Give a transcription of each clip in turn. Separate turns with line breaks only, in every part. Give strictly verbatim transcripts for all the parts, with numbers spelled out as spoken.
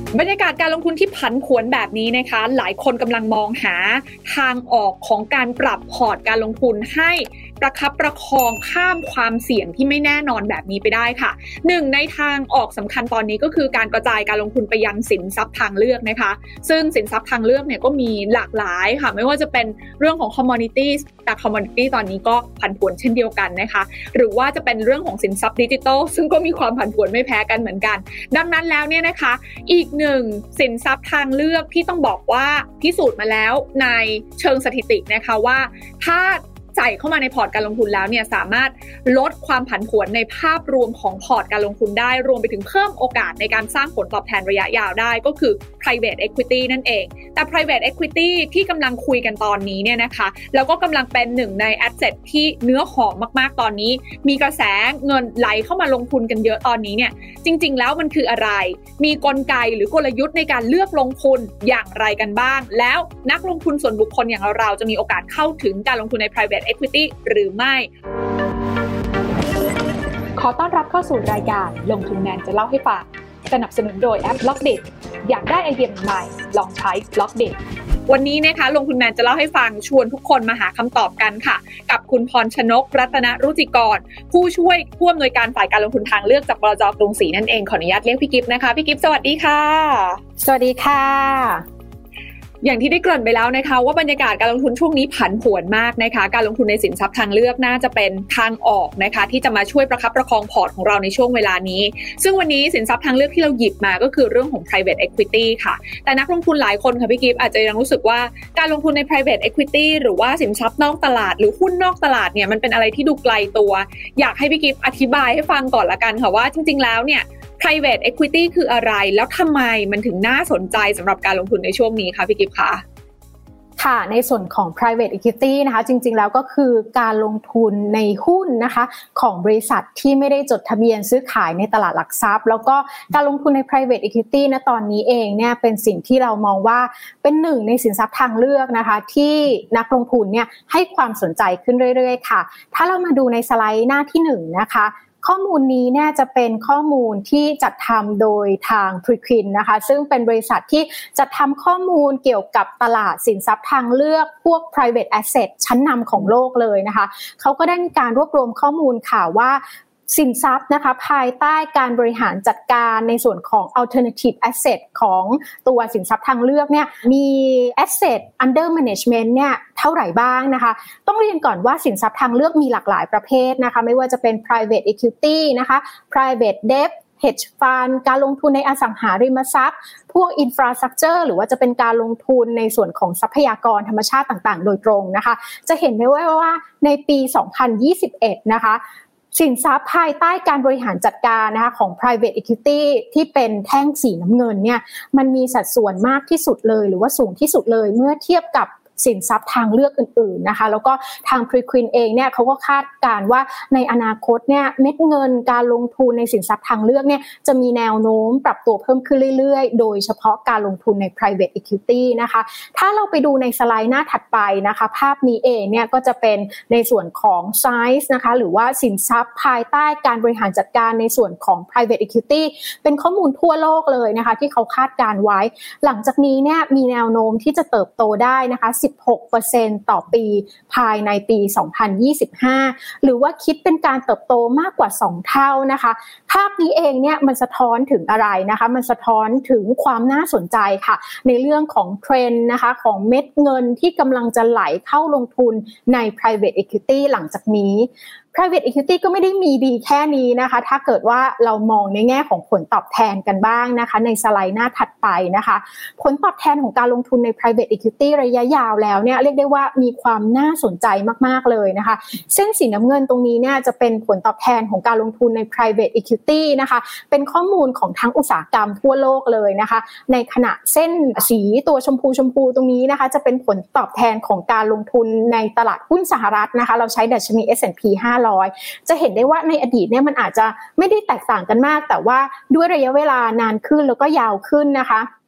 บรรยากาศการลงทุนที่ผันผวนแบบนี้นะคะหลายคนกำลังมองหาทางออกของการปรับพอร์ตการลงทุนให้ประคับประคองข้ามความเสี่ยงที่ไม่แน่นอนแบบนี้ไปได้ค่ะหนึ่งในทางออกสำคัญตอนนี้ก็คือการกระจายการลงทุนไปยังสินทรัพย์ทางเลือกนะคะซึ่งสินทรัพย์ทางเลือกเนี่ยก็มีหลากหลายค่ะไม่ว่าจะเป็นเรื่องของ commodities แต่ commodity ตอนนี้ก็ผันผวนเช่นเดียวกันนะคะหรือว่าจะเป็นเรื่องของสินทรัพย์ดิจิทัลซึ่งก็มีความผันผวนไม่แพ้กันเหมือนกันดังนั้นแล้วเนี่ยนะคะอีกหนึ่งสินทรัพย์ทางเลือกที่ต้องบอกว่าพิสูจน์มาแล้วในเชิงสถิตินะคะว่าถ้าใส่เข้ามาในพอร์ตการลงทุนแล้วเนี่ยสามารถลดความผันผวนในภาพรวมของพอร์ตการลงทุนได้รวมไปถึงเพิ่มโอกาสในการสร้างผลตอบแทนระยะยาวได้ก็คือ private equity นั่นเองแต่ private equity ที่กำลังคุยกันตอนนี้เนี่ยนะคะแล้วก็กำลังเป็นหนึ่งใน asset ที่เนื้อหอมมากๆตอนนี้มีกระแสเงินไหลเข้ามาลงทุนกันเยอะตอนนี้เนี่ยจริงๆแล้วมันคืออะไรมีกลไกหรือกลยุทธ์ในการเลือกลงทุนอย่างไรกันบ้างแล้วนักลงทุนส่วนบุคคลอย่างเราจะมีโอกาสเข้าถึงการลงทุนใน private equity หรือไม่ขอต้อนรับเข้าสู่รายการลงทุนแมนจะเล่าให้ฟังสนับสนุนโดยแอป Blockdit อยากได้ไอเดียใหม่ลองใช้ Blockdit วันนี้นะคะลงทุนแมนจะเล่าให้ฟังชวนทุกคนมาหาคำตอบกันค่ะกับคุณพรชนกรัตนรุจิกรผู้ช่วยผู้อำนวยการฝ่ายการลงทุนทางเลือกจากบลจ.กรุงศรีนั่นเองขออนุญาตเรียกพี่กิฟต์นะคะพี่กิฟต์สวัสดีค่ะ
สวัสดีค่ะ
อย่างที่ได้เกริ่นไปแล้วนะคะว่าบรรยากาศการลงทุนช่วงนี้ผันผวนมากนะคะการลงทุนในสินทรัพย์ทางเลือกน่าจะเป็นทางออกนะคะที่จะมาช่วยประคับประคองพอร์ตของเราในช่วงเวลานี้ซึ่งวันนี้สินทรัพย์ทางเลือกที่เราหยิบมาก็คือเรื่องของ private equity ค่ะแต่นักลงทุนหลายคนค่ะพี่กิฟต์อาจจะยังรู้สึกว่าการลงทุนใน private equity หรือว่าสินทรัพย์นอกตลาดหรือหุ้นนอกตลาดเนี่ยมันเป็นอะไรที่ดูไกลตัวอยากให้พี่กิฟต์อธิบายให้ฟังก่อนละกันค่ะว่าจริงๆแล้วเนี่ยprivate equity คืออะไรแล้วทำไมมันถึงน่าสนใจสำหรับการลงทุนในช่วงนี้คะพี่กิฟต์คะ
ค่ะในส่วนของ private equity นะคะจริงๆแล้วก็คือการลงทุนในหุ้นนะคะของบริษัทที่ไม่ได้จดทะเบียนซื้อขายในตลาดหลักทรัพย์แล้วก็การลงทุนใน private equity ณตอนนี้เองเนี่ยเป็นสิ่งที่เรามองว่าเป็นหนึ่งในสินทรัพย์ทางเลือกนะคะที่นักลงทุนเนี่ยให้ความสนใจขึ้นเรื่อยๆค่ะถ้าเรามาดูในสไลด์หน้าที่หนึ่งนะคะข้อมูลนี้เนี่ยจะเป็นข้อมูลที่จัดทำโดยทาง Preqin นะคะซึ่งเป็นบริษัทที่จัดทำข้อมูลเกี่ยวกับตลาดสินทรัพย์ทางเลือกพวก private asset ชั้นนำของโลกเลยนะคะเขาก็ได้มีการรวบรวมข้อมูลค่ะว่าสินทรัพย์นะคะภายใต้การบริหารจัดการในส่วนของ alternative asset ของตัวสินทรัพย์ทางเลือกเนี่ยมี asset under management เนี่ยเท่าไหร่บ้างนะคะต้องเรียนก่อนว่าสินทรัพย์ทางเลือกมีหลากหลายประเภทนะคะไม่ว่าจะเป็น private equity นะคะ private debt hedge fund การลงทุนในอสังหาริมทรัพย์พวก infrastructure หรือว่าจะเป็นการลงทุนในส่วนของทรัพยากรธรรมชาติต่างๆโดยตรงนะคะจะเห็นได้ว่าในปีสองพันยี่สิบเอ็ดนะคะสินทรัพย์ภายใต้การบริหารจัดการนะคะของ private equity ที่เป็นแท่งสีน้ำเงินเนี่ยมันมีสัดส่วนมากที่สุดเลยหรือว่าสูงที่สุดเลยเมื่อเทียบกับสินทรัพย์ทางเลือกอื่นๆนะคะแล้วก็ทาง Preqin เองเนี่ยเขาก็คาดการณ์ว่าในอนาคตเนี่ยเม็ดเงินการลงทุนในสินทรัพย์ทางเลือกเนี่ยจะมีแนวโน้มปรับตัวเพิ่มขึ้นเรื่อยๆโดยเฉพาะการลงทุนใน private equity นะคะถ้าเราไปดูในสไลด์หน้าถัดไปนะคะภาพนี้เองเนี่ยก็จะเป็นในส่วนของ size นะคะหรือว่าสินทรัพย์ภายใต้การบริหารจัดการในส่วนของ private equity เป็นข้อมูลทั่วโลกเลยนะคะที่เขาคาดการณ์ไว้หลังจากนี้เนี่ยมีแนวโน้มที่จะเติบโตได้นะคะสิบหกเปอร์เซ็นต์ ต่อปีภายในปีสองพันยี่สิบห้าหรือว่าคิดเป็นการเติบโตมากกว่าสองเท่านะคะภาพนี้เองเนี่ยมันสะท้อนถึงอะไรนะคะมันสะท้อนถึงความน่าสนใจค่ะในเรื่องของเทรนด์นะคะของเม็ดเงินที่กำลังจะไหลเข้าลงทุนใน private equity หลังจากนี้private equity ก็ไม่ได้มีดีแค่นี้นะคะถ้าเกิดว่าเรามองในแง่ของผลตอบแทนกันบ้างนะคะในสไลด์หน้าถัดไปนะคะผลตอบแทนของการลงทุนใน private equity ระยะยาวแล้วเนี่ยเรียกได้ว่ามีความน่าสนใจมากๆเลยนะคะเส้นสีน้ำเงินตรงนี้เนี่ยจะเป็นผลตอบแทนของการลงทุนใน private equity นะคะเป็นข้อมูลของทั้งอุตสาหกรรมทั่วโลกเลยนะคะในขณะเส้นสีตัวชมพูชมพูตรงนี้นะคะจะเป็นผลตอบแทนของการลงทุนในตลาดหุ้นสหรัฐนะคะเราใช้ดัชนี เอส แอนด์ พี ห้าร้อยจะเห็นได้ว่าในอดีตเนี่ยมันอาจจะไม่ได้แตกต่างกันมากแต่ว่าด้วยระยะเวลานานขึ้นแล้วก็ยาวขึ้นนะคะค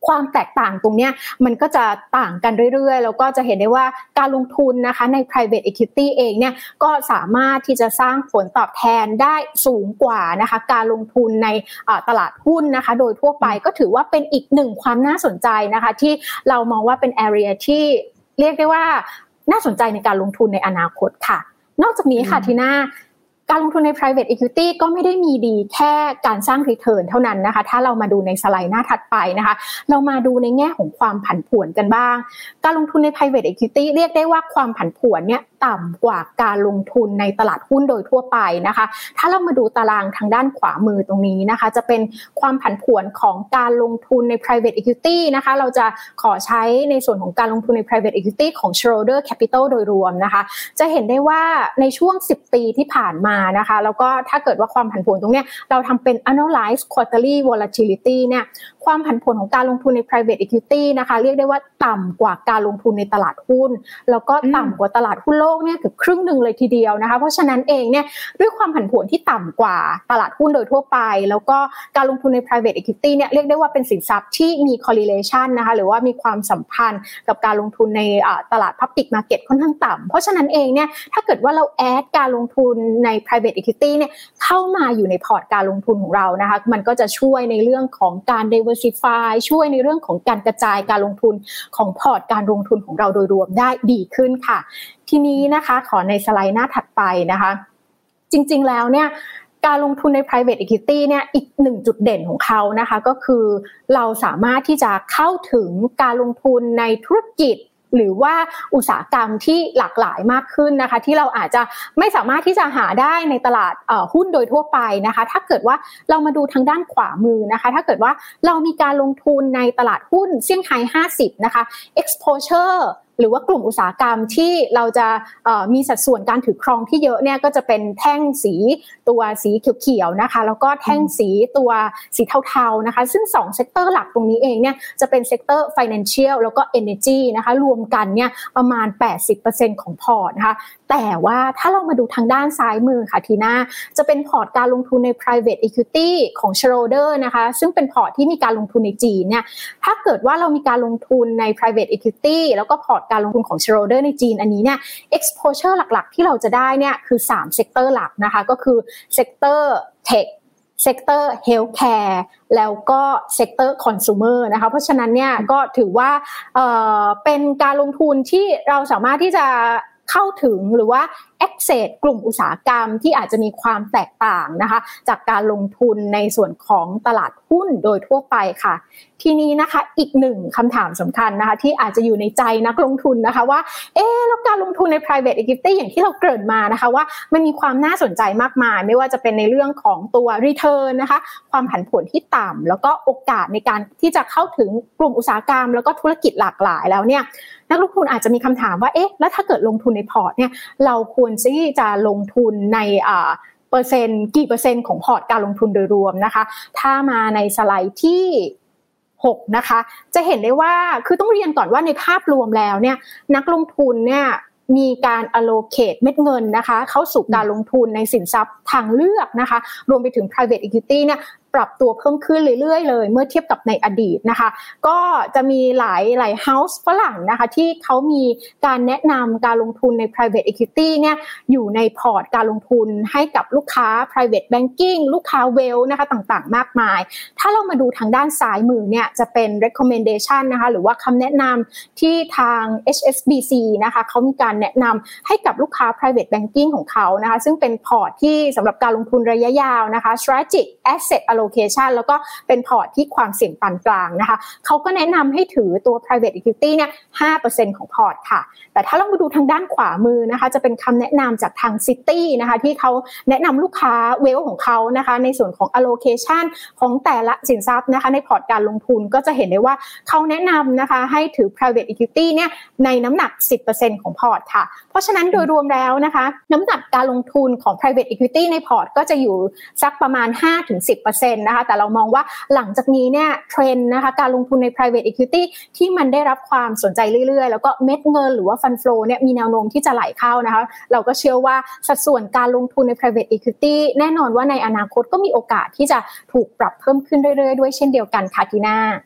ความแตกต่างตรงเนี้ยมันก็จะต่างกันเรื่อยๆแล้วก็จะเห็นได้ว่าการลงทุนนะคะใน private equity เองเนี่ยก็สามารถที่จะสร้างผลตอบแทนได้สูงกว่านะคะการลงทุนในตลาดหุ้นนะคะโดยทั่วไปก็ถือว่าเป็นอีกหนึ่งความน่าสนใจนะคะที่เรามองว่าเป็น area ที่เรียกได้ว่าน่าสนใจในการลงทุนในอนาคตค่ะนอกจากนี้ค่ะทีน่าการลงทุนใน private equity ก็ไม่ได้มีดีแค่การสร้าง return เท่านั้นนะคะถ้าเรามาดูในสไลด์หน้าถัดไปนะคะเรามาดูในแง่ของความผันผวนกันบ้างการลงทุนใน private equity เรียกได้ว่าความผันผวนเนี่ยต่ำกว่าการลงทุนในตลาดหุ้นโดยทั่วไปนะคะถ้าเรามาดูตารางทางด้านขวามือตรงนี้นะคะจะเป็นความผันผวนของการลงทุนใน private equity นะคะเราจะขอใช้ในส่วนของการลงทุนใน private equity ของ Schroders Capital โดยรวมนะคะจะเห็นได้ว่าในช่วงสิบปีที่ผ่านมานะคะแล้วก็ถ้าเกิดว่าความผันผวนตรงเนี้ยเราทำเป็น annualized quarterly volatility เนี่ยความผันผวนของการลงทุนใน private equity นะคะเรียกได้ว่าต่ำกว่าการลงทุนในตลาดหุ้นแล้วก็ต่ำกว่าตลาดหุ้นโลกเนี่ยเกือบครึ่งนึงเลยทีเดียวนะคะเพราะฉะนั้นเองเนี่ยด้วยความผันผวนที่ต่ำกว่าตลาดหุ้นโดยทั่วไปแล้วก็การลงทุนใน private equity เนี่ยเรียกได้ว่าเป็นสินทรัพย์ที่มี correlation นะคะหรือว่ามีความสัมพันธ์กับการลงทุนในตลาด public market ค่อนข้างต่ำเพราะฉะนั้นเองเนี่ยถ้าเกิดว่าเราแอดการลงทุนใน private equity เนี่ยเข้ามาอยู่ในพอร์ตการลงทุนของเรานะคะมันก็จะช่วยในเรื่องของการ diversify ช่วยในเรื่องของการกระจายการลงทุนของพอร์ตการลงทุนของเราโดยรวมได้ดีขึ้นค่ะทีนี้นะคะขอในสไลด์หน้าถัดไปนะคะจริงๆแล้วเนี่ยการลงทุนใน private equity เนี่ยอีกหนึ่งจุดเด่นของเขานะคะก็คือเราสามารถที่จะเข้าถึงการลงทุนในธุรกิจหรือว่าอุตสาหกรรมที่หลากหลายมากขึ้นนะคะที่เราอาจจะไม่สามารถที่จะหาได้ในตลาดหุ้นโดยทั่วไปนะคะถ้าเกิดว่าเรามาดูทางด้านขวามือนะคะถ้าเกิดว่าเรามีการลงทุนในตลาดหุ้นเซี่ยงไฮ้ห้าสิบนะคะ exposure หรือว่ากลุ่มอุตสาหกรรมที่เราจะมีสัดส่วนการถือครองที่เยอะเนี่ยก็จะเป็นแท่งสีตัวสีเขียวๆนะคะแล้วก็แท่งสีตัวสีเทาๆนะคะซึ่งสองเซกเตอร์หลักตรงนี้เองเนี่ยจะเป็นเซกเตอร์ financial แล้วก็ energy นะคะรวมกันเนี่ยประมาณ แปดสิบเปอร์เซ็นต์ ของพอร์ตนะคะแต่ว่าถ้าเรามาดูทางด้านซ้ายมือค่ะทีน่าจะเป็นพอร์ตการลงทุนใน private equity ของ Schroders นะคะซึ่งเป็นพอร์ตที่มีการลงทุนในจีนเนี่ยถ้าเกิดว่าเรามีการลงทุนใน private equity แล้วก็พอร์ตการลงทุนของ Schroders ในจีนอันนี้เนี่ย exposure หลักๆที่เราจะได้เนี่ยคือสามเซกเตอร์หลักนะคะก็คือเซกเตอร์ tech เซกเตอร์ healthcare แล้วก็เซกเตอร์ consumer นะคะเพราะฉะนั้นเนี่ยก็ถือว่าเอ่อเป็นการลงทุนที่เราสามารถที่จะเข้าถึงหรือว่า access กลุ่มอุตสาหกรรมที่อาจจะมีความแตกต่างนะคะจากการลงทุนในส่วนของตลาดหุ้นโดยทั่วไปค่ะทีนี้นะคะอีกหนึ่งคำถามสำคัญนะคะที่อาจจะอยู่ในใจนักลงทุนนะคะว่าเอ๊ะแล้วการลงทุนใน private equity อย่างที่เราเกริ่นมานะคะว่ามันมีความน่าสนใจมากมายไม่ว่าจะเป็นในเรื่องของตัว return นะคะความผันผวนที่ต่ำแล้วก็โอกาสในการที่จะเข้าถึงกลุ่มอุตสาหกรรมแล้วก็ธุรกิจหลากหลายแล้วเนี่ยนักลงทุนอาจจะมีคำถามว่าเอ๊ะแล้วถ้าเกิดลงทุนในพอร์ตเนี่ยเราควรที่จะลงทุนในอ่าเปอร์เซ็นต์กี่เปอร์เซ็นต์ของพอร์ตการลงทุนโดยรวมนะคะถ้ามาในสไลด์ที่หกนะคะจะเห็นได้ว่าคือต้องเรียนก่อนว่าในภาพรวมแล้วเนี่ยนักลงทุนเนี่ยมีการ allocate เม็ดเงินนะคะเข้าสู่การลงทุนในสินทรัพย์ทางเลือกนะคะรวมไปถึง private equity เนี่ยปรับตัวเพิ่มขึ้นเรื่อยๆเลยเมื่อเทียบกับในอดีตนะคะก็จะมีหลายหลาย house ฝรั่งนะคะที่เขามีการแนะนำการลงทุนใน private equity เนี่ยอยู่ในพอร์ตการลงทุนให้กับลูกค้า private banking ลูกค้า wealth นะคะต่างๆมากมายถ้าเรามาดูทางด้านซ้ายมือเนี่ยจะเป็น recommendation นะคะหรือว่าคำแนะนำที่ทาง เอช เอส บี ซี นะคะเขามีการแนะนำให้กับลูกค้า private banking ของเขานะคะซึ่งเป็นพอร์ตที่สำหรับการลงทุนระยะยาวนะคะ strategic asset allocation แล้วก็เป็นพอร์ตที่ความเสี่ยงปานกลางนะคะเขาก็แนะนำให้ถือตัว private equity เนี่ย ห้าเปอร์เซ็นต์ ของพอร์ตค่ะแต่ถ้าเรามาดูทางด้านขวามือนะคะจะเป็นคำแนะนำจากทาง Citi นะคะที่เขาแนะนำลูกค้า wealth ของเขานะคะในส่วนของ allocation ของแต่ละสินทรัพย์นะคะในพอร์ตการลงทุนก็จะเห็นได้ว่าเขาแนะนำนะคะให้ถือ private equity เนี่ยในน้ำหนัก สิบเปอร์เซ็นต์ ของพอร์ตค่ะเพราะฉะนั้นโดยรวมแล้วนะคะน้ำหนักการลงทุนของ private equity ในพอร์ตก็จะอยู่สักประมาณ ห้าถึงสิบเปอร์เซ็นต์ นะคะแต่เรามองว่าหลังจากนี้เนี่ยเทรนด์นะคะการลงทุนใน private equity ที่มันได้รับความสนใจเรื่อยๆแล้วก็เม็ดเงินหรือว่า fund flow เนี่ยมีแนวโน้มที่จะไหลเข้านะคะเราก็เชื่อว่าสัดส่วนการลงทุนใน private equity แน่นอนว่าในอนาคตก็มีโอกาสที่จะถูกปรับเพิ่มขึ้นเรื่อยๆด้วยเช่นเดียวกันค่ะทีน่า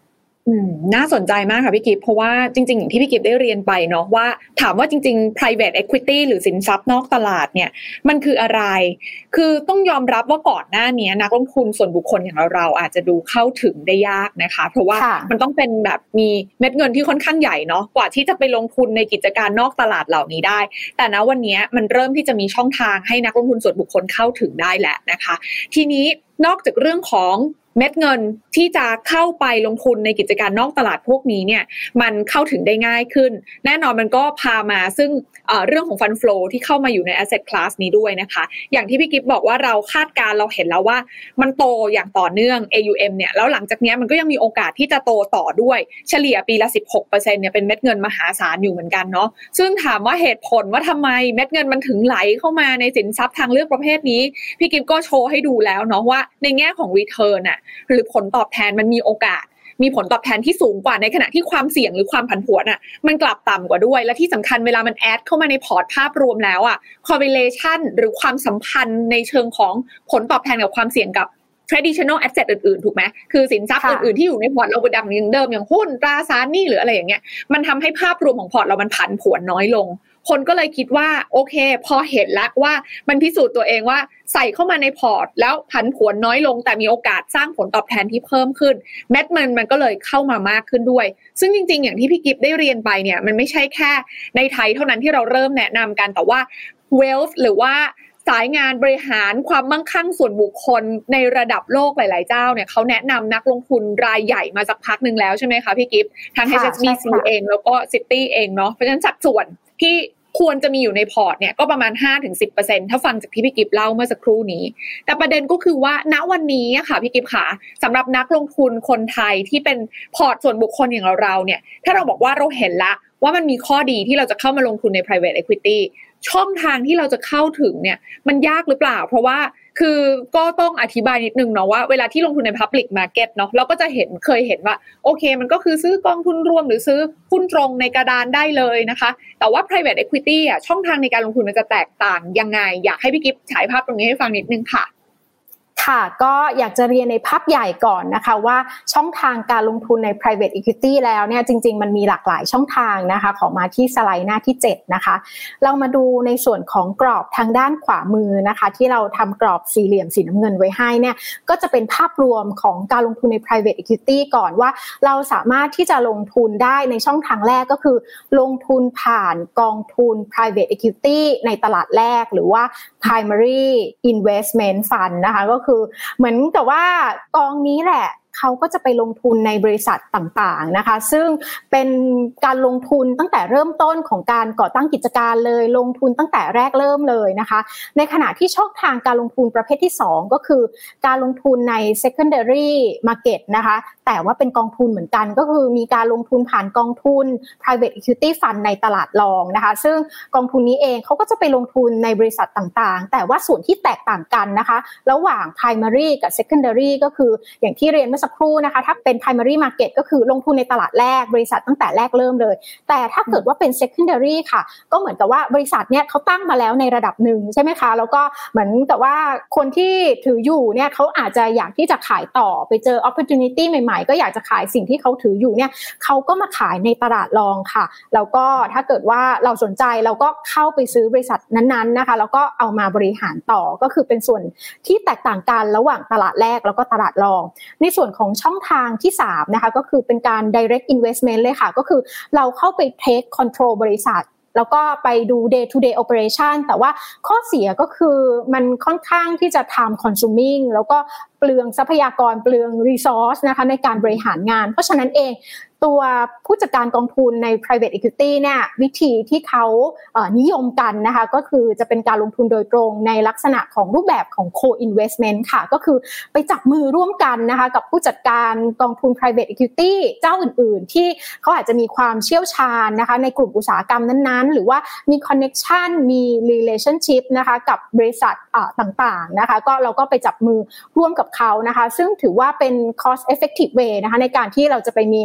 อืมน่าสนใจมากค่ะพี่กิฟต์เพราะว่าจริงๆอย่างที่พี่กิฟต์ได้เรียนไปเนาะว่าถามว่าจริงๆ private equity หรือสินทรัพย์นอกตลาดเนี่ยมันคืออะไรคือต้องยอมรับว่าก่อนหน้านี้นักลงทุนส่วนบุคคลอย่างเราๆอาจจะดูเข้าถึงได้ยากนะคะเพราะว่ามันต้องเป็นแบบมีเม็ดเงินที่ค่อนข้างใหญ่เนาะกว่าที่จะไปลงทุนในกิจการนอกตลาดเหล่านี้ได้แต่ณวันนี้มันเริ่มที่จะมีช่องทางให้นักลงทุนส่วนบุคคลเข้าถึงได้แล้วนะคะทีนี้นอกจากเรื่องของเม็ดเงินที่จะเข้าไปลงทุนในกิจการนอกตลาดพวกนี้เนี่ยมันเข้าถึงได้ง่ายขึ้นแน่นอนมันก็พามาซึ่ง เอ่อ เรื่องของ Fund Flow ที่เข้ามาอยู่ใน Asset Class นี้ด้วยนะคะอย่างที่พี่กิฟต์บอกว่าเราคาดการเราเห็นแล้วว่ามันโตอย่างต่อเนื่อง เอ ยู เอ็ม เนี่ยแล้วหลังจากนี้มันก็ยังมีโอกาสที่จะโตต่อด้วยเฉลี่ยปีละ สิบหกเปอร์เซ็นต์ เนี่ยเป็นเม็ดเงินมหาศาลอยู่เหมือนกันเนาะซึ่งถามว่าเหตุผลว่าทำไมเม็ดเงินมันถึงไหลเข้ามาในสินทรัพย์ทางเลือกประเภทนี้พี่กิฟต์ก็โชว์ให้ดูแล้วเนาะว่าในแง่ของ Return น่ะหรือผลตอบแทนมันมีโอกาสมีผลตอบแทนที่สูงกว่าในขณะที่ความเสี่ยงหรือความผันผวนอ่ะมันกลับต่ำกว่าด้วยและที่สำคัญเวลามันแอดเข้ามาในพอร์ตภาพรวมแล้วอ่ะ correlation หรือความสัมพันธ์ในเชิงของผลตอบแทนกับความเสี่ยงกับ traditional asset อื่นๆถูกไหมคือสินทรัพย์อื่นๆที่อยู่ในพอร์ตเราดังอย่างเดิมอย่างหุ้นตราสารหนี้หรืออะไรอย่างเงี้ยมันทำให้ภาพรวมของพอร์ตเรามันผันผวนน้อยลงคนก็เลยคิดว่าโอเคพอเห็นแล้วว่ามันพิสูจน์ตัวเองว่าใส่เข้ามาในพอร์ตแล้วผันผวนน้อยลงแต่มีโอกาสสร้างผลตอบแทนที่เพิ่มขึ้นเม็ดเงินมันก็เลยเข้ามามากขึ้นด้วยซึ่งจริงๆอย่างที่พี่กิฟต์ได้เรียนไปเนี่ยมันไม่ใช่แค่ในไทยเท่านั้นที่เราเริ่มแนะนำกันแต่ว่า wealth หรือว่าสายงานบริหารความมั่งคั่งส่วนบุคคลในระดับโลกหลายๆเจ้าเนี่ยเขาแนะนำนักลงทุนรายใหญ่มาสักพักนึงแล้วใช่ไหมคะพี่กิฟต์ทั้ง เอช เอส บี ซี เองแล้วก็ Citi เองเนาะเพราะฉะนั้นสัดส่วนที่ควรจะมีอยู่ในพอร์ตเนี่ยก็ประมาณ ห้าถึงสิบเปอร์เซ็นต์ ถ้าฟังจากที่พี่กิฟต์เล่าเมื่อสักครู่นี้แต่ประเด็นก็คือว่าณวันนี้ค่ะพี่กิฟต์ค่ะสำหรับนักลงทุนคนไทยที่เป็นพอร์ตส่วนบุคคลอย่างเราๆเนี่ยถ้าเราบอกว่าเราเห็นละว่ามันมีข้อดีที่เราจะเข้ามาลงทุนใน private equity ช่องทางที่เราจะเข้าถึงเนี่ยมันยากหรือเปล่าเพราะว่าคือก็ต้องอธิบายนิดนึงเนาะว่าเวลาที่ลงทุนใน public market เนาะเราก็จะเห็นเคยเห็นว่าโอเคมันก็คือซื้อกองทุนรวมหรือซื้อหุ้นตรงในกระดานได้เลยนะคะแต่ว่า private equity อ่ะช่องทางในการลงทุนมันจะแตกต่างยังไงอยากให้พี่กิฟต์ฉายภาพตรงนี้ให้ฟังนิดนึงค่ะ
ค่ะก็อยากจะเรียนในภาพใหญ่ก่อนนะคะว่าช่องทางการลงทุนใน private equity แล้วเนี่ยจริงๆมันมีหลากหลายช่องทางนะคะขอมาที่สไลด์หน้าที่เจ็ดนะคะเรามาดูในส่วนของกรอบทางด้านขวามือนะคะที่เราทำกรอบสี่เหลี่ยมสีน้ำเงินไว้ให้เนี่ยก็จะเป็นภาพรวมของการลงทุนใน private equity ก่อนว่าเราสามารถที่จะลงทุนได้ในช่องทางแรกก็คือลงทุนผ่านกองทุน private equity ในตลาดแรกหรือว่า primary investment fund นะคะก็คือเหมือนกับว่ากองนี้แหละเขาก็จะไปลงทุนในบริษัทต่างๆนะคะซึ่งเป็นการลงทุนตั้งแต่เริ่มต้นของการก่อตั้งกิจการเลยลงทุนตั้งแต่แรกเริ่มเลยนะคะในขณะที่ช่องทางการลงทุนประเภทที่สองก็คือการลงทุนใน secondary market นะคะแต่ว่าเป็นกองทุนเหมือนกันก็คือมีการลงทุนผ่านกองทุน private equity fund ในตลาดรองนะคะซึ่งกองทุนนี้เองเขาก็จะไปลงทุนในบริษัทต่างๆแต่ว่าส่วนที่แตกต่างกันนะคะระหว่าง primary กับ secondary ก็คืออย่างที่เรียนเมื่อสักครู่นะคะถ้าเป็น primary market ก็คือลงทุนในตลาดแรกบริษัทตั้งแต่แรกเริ่มเลยแต่ถ้าเกิดว่าเป็น secondary ค่ะก็เหมือนกับว่าบริษัทเนี่ยเขาตั้งมาแล้วในระดับหนึ่งใช่ไหมคะแล้วก็เหมือนกับว่าคนที่ถืออยู่เนี่ยเขาอาจจะอยากที่จะขายต่อไปเจอ opportunity ใหม่ๆก็อยากจะขายสิ่งที่เขาถืออยู่เนี่ยเขาก็มาขายในตลาดรองค่ะแล้วก็ถ้าเกิดว่าเราสนใจเราก็เข้าไปซื้อบริษัทนั้นๆนะคะแล้วก็เอามาบริหารต่อก็คือเป็นส่วนที่แตกต่างกันระหว่างตลาดแรกแล้วก็ตลาดรองในส่วนของช่องทางที่สามนะคะก็คือเป็นการ direct investment เลยค่ะก็คือเราเข้าไป take control บริษัทแล้วก็ไปดู day to day operation แต่ว่าข้อเสียก็คือมันค่อนข้างที่จะ time consuming แล้วก็เปลืองทรัพยากรเปลือง resource นะคะในการบริหารงานเพราะฉะนั้นเองตัวผู้จัดการกองทุนใน private equity เนี่ยวิธีที่เขาเอ่อนิยมกันนะคะก็คือจะเป็นการลงทุนโดยตรงในลักษณะของรูปแบบของ co-investment ค่ะก็คือไปจับมือร่วมกันนะคะกับผู้จัดการกองทุน private equity เจ้าอื่นๆที่เขาอาจจะมีความเชี่ยวชาญนะคะในกลุ่มอุตสาหกรรมนั้นๆหรือว่ามี connection มี relationship นะคะกับบริษัทอ่าต่างๆนะคะก็เราก็ไปจับมือร่วมกับเขานะคะซึ่งถือว่าเป็น cost effective way นะคะในการที่เราจะไปมี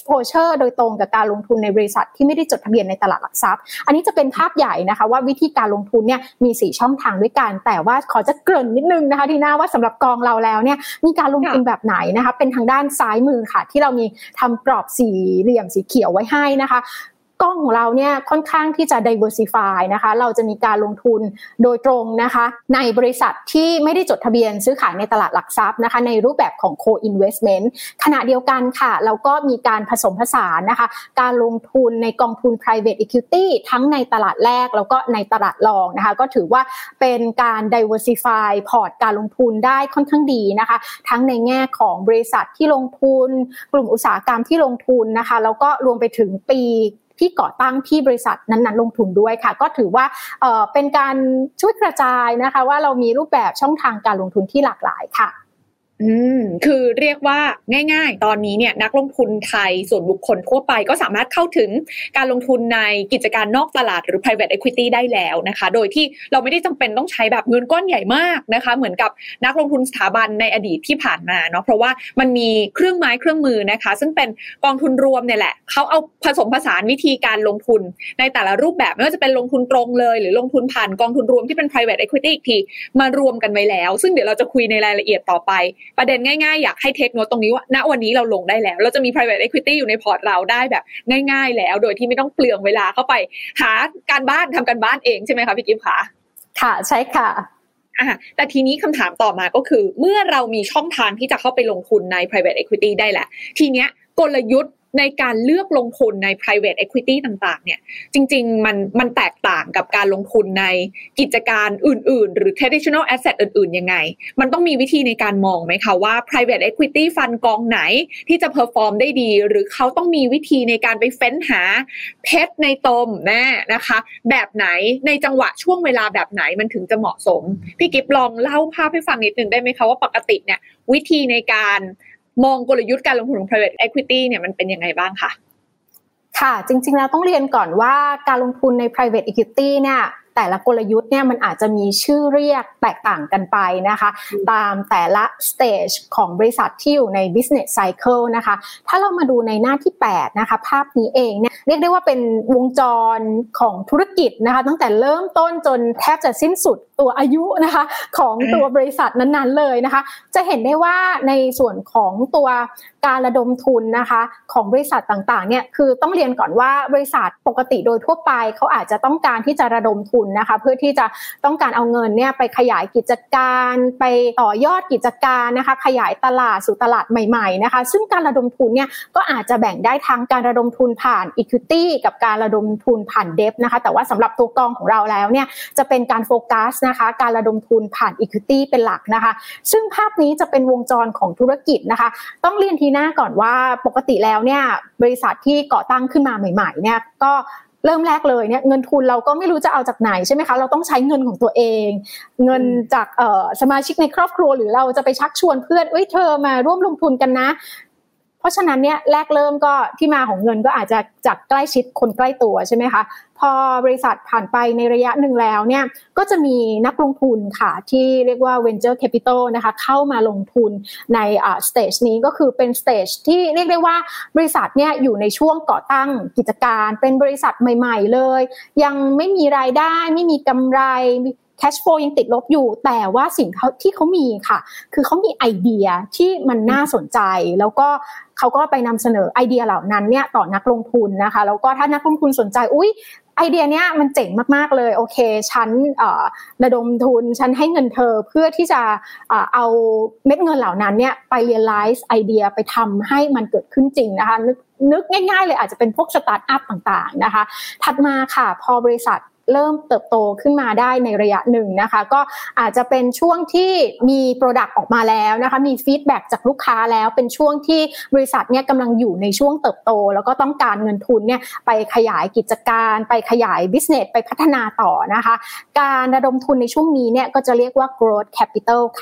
exposure โดยตรงกับการลงทุนในบริษัทที่ไม่ได้จดทะเบียนในตลาดหลักทรัพย์อันนี้จะเป็นภาพใหญ่นะคะว่าวิธีการลงทุนเนี่ยมีสี่ช่องทางด้วยกันแต่ว่าขอจะเกริ่นนิดนึงนะคะทีน่าว่าสำหรับกองเราแล้วเนี่ยมีการลงทุนแบบไหนนะคะเป็นทางด้านซ้ายมือค่ะที่เรามีทำกรอบสี่เหลี่ยมสีเขียวไว้ให้นะคะกองของเราเนี่ยค่อนข้างที่จะ diversify นะคะเราจะมีการลงทุนโดยตรงนะคะในบริษัทที่ไม่ได้จดทะเบียนซื้อขายในตลาดหลักทรัพย์นะคะในรูปแบบของ co-investment ขณะเดียวกันค่ะเราก็มีการผสมผสานนะคะการลงทุนในกองทุน private equity ทั้งในตลาดแรกแล้วก็ในตลาดรองนะคะก็ถือว่าเป็นการ diversify พอร์ตการลงทุนได้ค่อนข้างดีนะคะทั้งในแง่ของบริษัทที่ลงทุนกลุ่มอุตสาหกรรมที่ลงทุนนะคะแล้วก็รวมไปถึงปีที่ก่อตั้งที่บริษัทนั้นๆลงทุนด้วยค่ะก็ถือว่าเอ่อเป็นการช่วยกระจายนะคะว่าเรามีรูปแบบช่องทางการลงทุนที่หลากหลายค่ะ
อืมคือเรียกว่าง่ายๆตอนนี้เนี่ยนักลงทุนไทยส่วนบุคคลทั่วไปก็สามารถเข้าถึงการลงทุนในกิจการนอกตลาดหรือ private equity ได้แล้วนะคะโดยที่เราไม่ได้จำเป็นต้องใช้แบบเงินก้อนใหญ่มากนะคะเหมือนกับนักลงทุนสถาบันในอดีตที่ผ่านมาเนาะเพราะว่ามันมีเครื่องไม้เครื่องมือนะคะซึ่งเป็นกองทุนรวมเนี่ยแหละเขาเอาผสมผสานวิธีการลงทุนในแต่ละรูปแบบไม่ว่าจะเป็นลงทุนตรงเลยหรือลงทุนผ่านกองทุนรวมที่เป็น private equity อีกทีมารวมกันไว้แล้วซึ่งเดี๋ยวเราจะคุยในรายละเอียดต่อไปประเด็นง่ายๆอยากให้เทคโนตตรงนี้ว่าณวันนี้เราลงได้แล้วเราจะมี private equity อยู่ในพอร์ตเราได้แบบง่ายๆแล้วโดยที่ไม่ต้องเปลืองเวลาเข้าไปหาการบ้านทำการบ้านเองใช่ไหมคะพี่กิฟต์คะ
ค่ะใช่ค่ะ
อ่ะแต่ทีนี้คำถามต่อมาก็คือเมื่อเรามีช่องทางที่จะเข้าไปลงทุนใน private equity ได้แล้วทีเนี้ยกลยุทธ์ในการเลือกลงทุนใน private equity ต่างๆเนี่ยจริงๆมันมันแตกต่างกับการลงทุนในกิจการอื่นๆหรือ traditional asset อื่นๆยังไงมันต้องมีวิธีในการมองไหมคะว่า private equity fund กองไหนที่จะ perform ได้ดีหรือเขาต้องมีวิธีในการไปเฟ้นหาเพชรในตมนะนะคะแบบไหนในจังหวะช่วงเวลาแบบไหนมันถึงจะเหมาะสมพี่กิฟต์ลองเล่าภาพให้ฟังนิดนึงได้ไหมคะว่าปกติเนี่ยวิธีในการมองกลยุทธ์การลงทุนของ private equity เนี่ยมันเป็นยังไงบ้างคะ
ค่ะจริงๆแล้วต้องเรียนก่อนว่าการลงทุนใน private equity เนี่ยแต่ละกลยุทธ์เนี่ยมันอาจจะมีชื่อเรียกแตกต่างกันไปนะคะตามแต่ละ stage ของบริษัทที่อยู่ใน business cycle นะคะถ้าเรามาดูในหน้าที่แปดนะคะภาพนี้เองเนี่ยเรียกได้ว่าเป็นวงจรของธุรกิจนะคะตั้งแต่เริ่มต้นจนแทบจะสิ้นสุดตัวอายุนะคะของตัวบริษัทนั้นๆเลยนะคะจะเห็นได้ว่าในส่วนของตัวการระดมทุนนะคะของบริษัทต่างๆเนี่ยคือต้องเรียนก่อนว่าบริษัทปกติโดยทั่วไปเขาอาจจะต้องการที่จะระดมทุนนะคะเพื่อที่จะต้องการเอาเงินเนี่ยไปขยายกิจการไปต่อยอดกิจการนะคะขยายตลาดสู่ตลาดใหม่ๆนะคะซึ่งการระดมทุนเนี่ยก็อาจจะแบ่งได้ทั้งการระดมทุนผ่าน equity กับการระดมทุนผ่าน debt นะคะแต่ว่าสำหรับตัวกองของเราแล้วเนี่ยจะเป็นการโฟกัสนะคะการระดมทุนผ่าน equity เป็นหลักนะคะซึ่งภาพนี้จะเป็นวงจรของธุรกิจนะคะต้องเรียนทีหน้าก่อนว่าปกติแล้วเนี่ยบริษัทที่ก่อตั้งขึ้นมาใหม่ๆเนี่ยก็เริ่มแรกเลยเนี่ยเงินทุนเราก็ไม่รู้จะเอาจากไหนใช่ไหมคะเราต้องใช้เงินของตัวเองเงินจากเอ่อสมาชิกในครอบครัวหรือเราจะไปชักชวนเพื่อนเอ้ยเธอมาร่วมลงทุนกันนะเพราะฉะนั้นเนี่ยแรกเริ่มก็ที่มาของเงินก็อาจจะจากใกล้ชิดคนใกล้ตัวใช่ไหมคะพอบริษัทผ่านไปในระยะหนึ่งแล้วเนี่ยก็จะมีนักลงทุนค่ะที่เรียกว่า venture capital นะคะเข้ามาลงทุนในอ่า stage นี้ก็คือเป็น stage ที่เรียกได้ว่าบริษัทเนี่ยอยู่ในช่วงก่อตั้งกิจการเป็นบริษัทใหม่ๆเลยยังไม่มีรายได้ไม่มีกำไรcash flow ยังติดลบอยู่แต่ว่าสิ่งที่เขามีค่ะคือเขามีไอเดียที่มันน่าสนใจแล้วก็เขาก็ไปนำเสนอไอเดียเหล่านั้นเนี่ยต่อนักลงทุนนะคะแล้วก็ถ้านักลงทุนสนใจอุ๊ยไอเดียเนี้ยมันเจ๋งมากๆเลยโอเคฉันเอ่อระดมทุนฉันให้เงินเธอเพื่อที่จะเอ่อเอาเม็ดเงินเหล่านั้นเนี่ยไป realize ไอเดียไปทำให้มันเกิดขึ้นจริงนะคะนึกนึกง่ายๆเลยอาจจะเป็นพวกสตาร์ทอัพต่างๆนะคะถัดมาค่ะพอบริษัทเริ่มเติบโตขึ้นมาได้ในระยะหนึ่งนะคะก็อาจจะเป็นช่วงที่มีโปรดักต์ออกมาแล้วนะคะมีฟีดแบ็กจากลูกค้าแล้วเป็นช่วงที่บริษัทเนี่ยกำลังอยู่ในช่วงเติบโตแล้วก็ต้องการเงินทุนเนี่ยไปขยายกิจการไปขยายบิสเนสไปพัฒนาต่อนะคะการระดมทุนในช่วงนี้เนี่ยก็จะเรียกว่า growth capital ค่ะ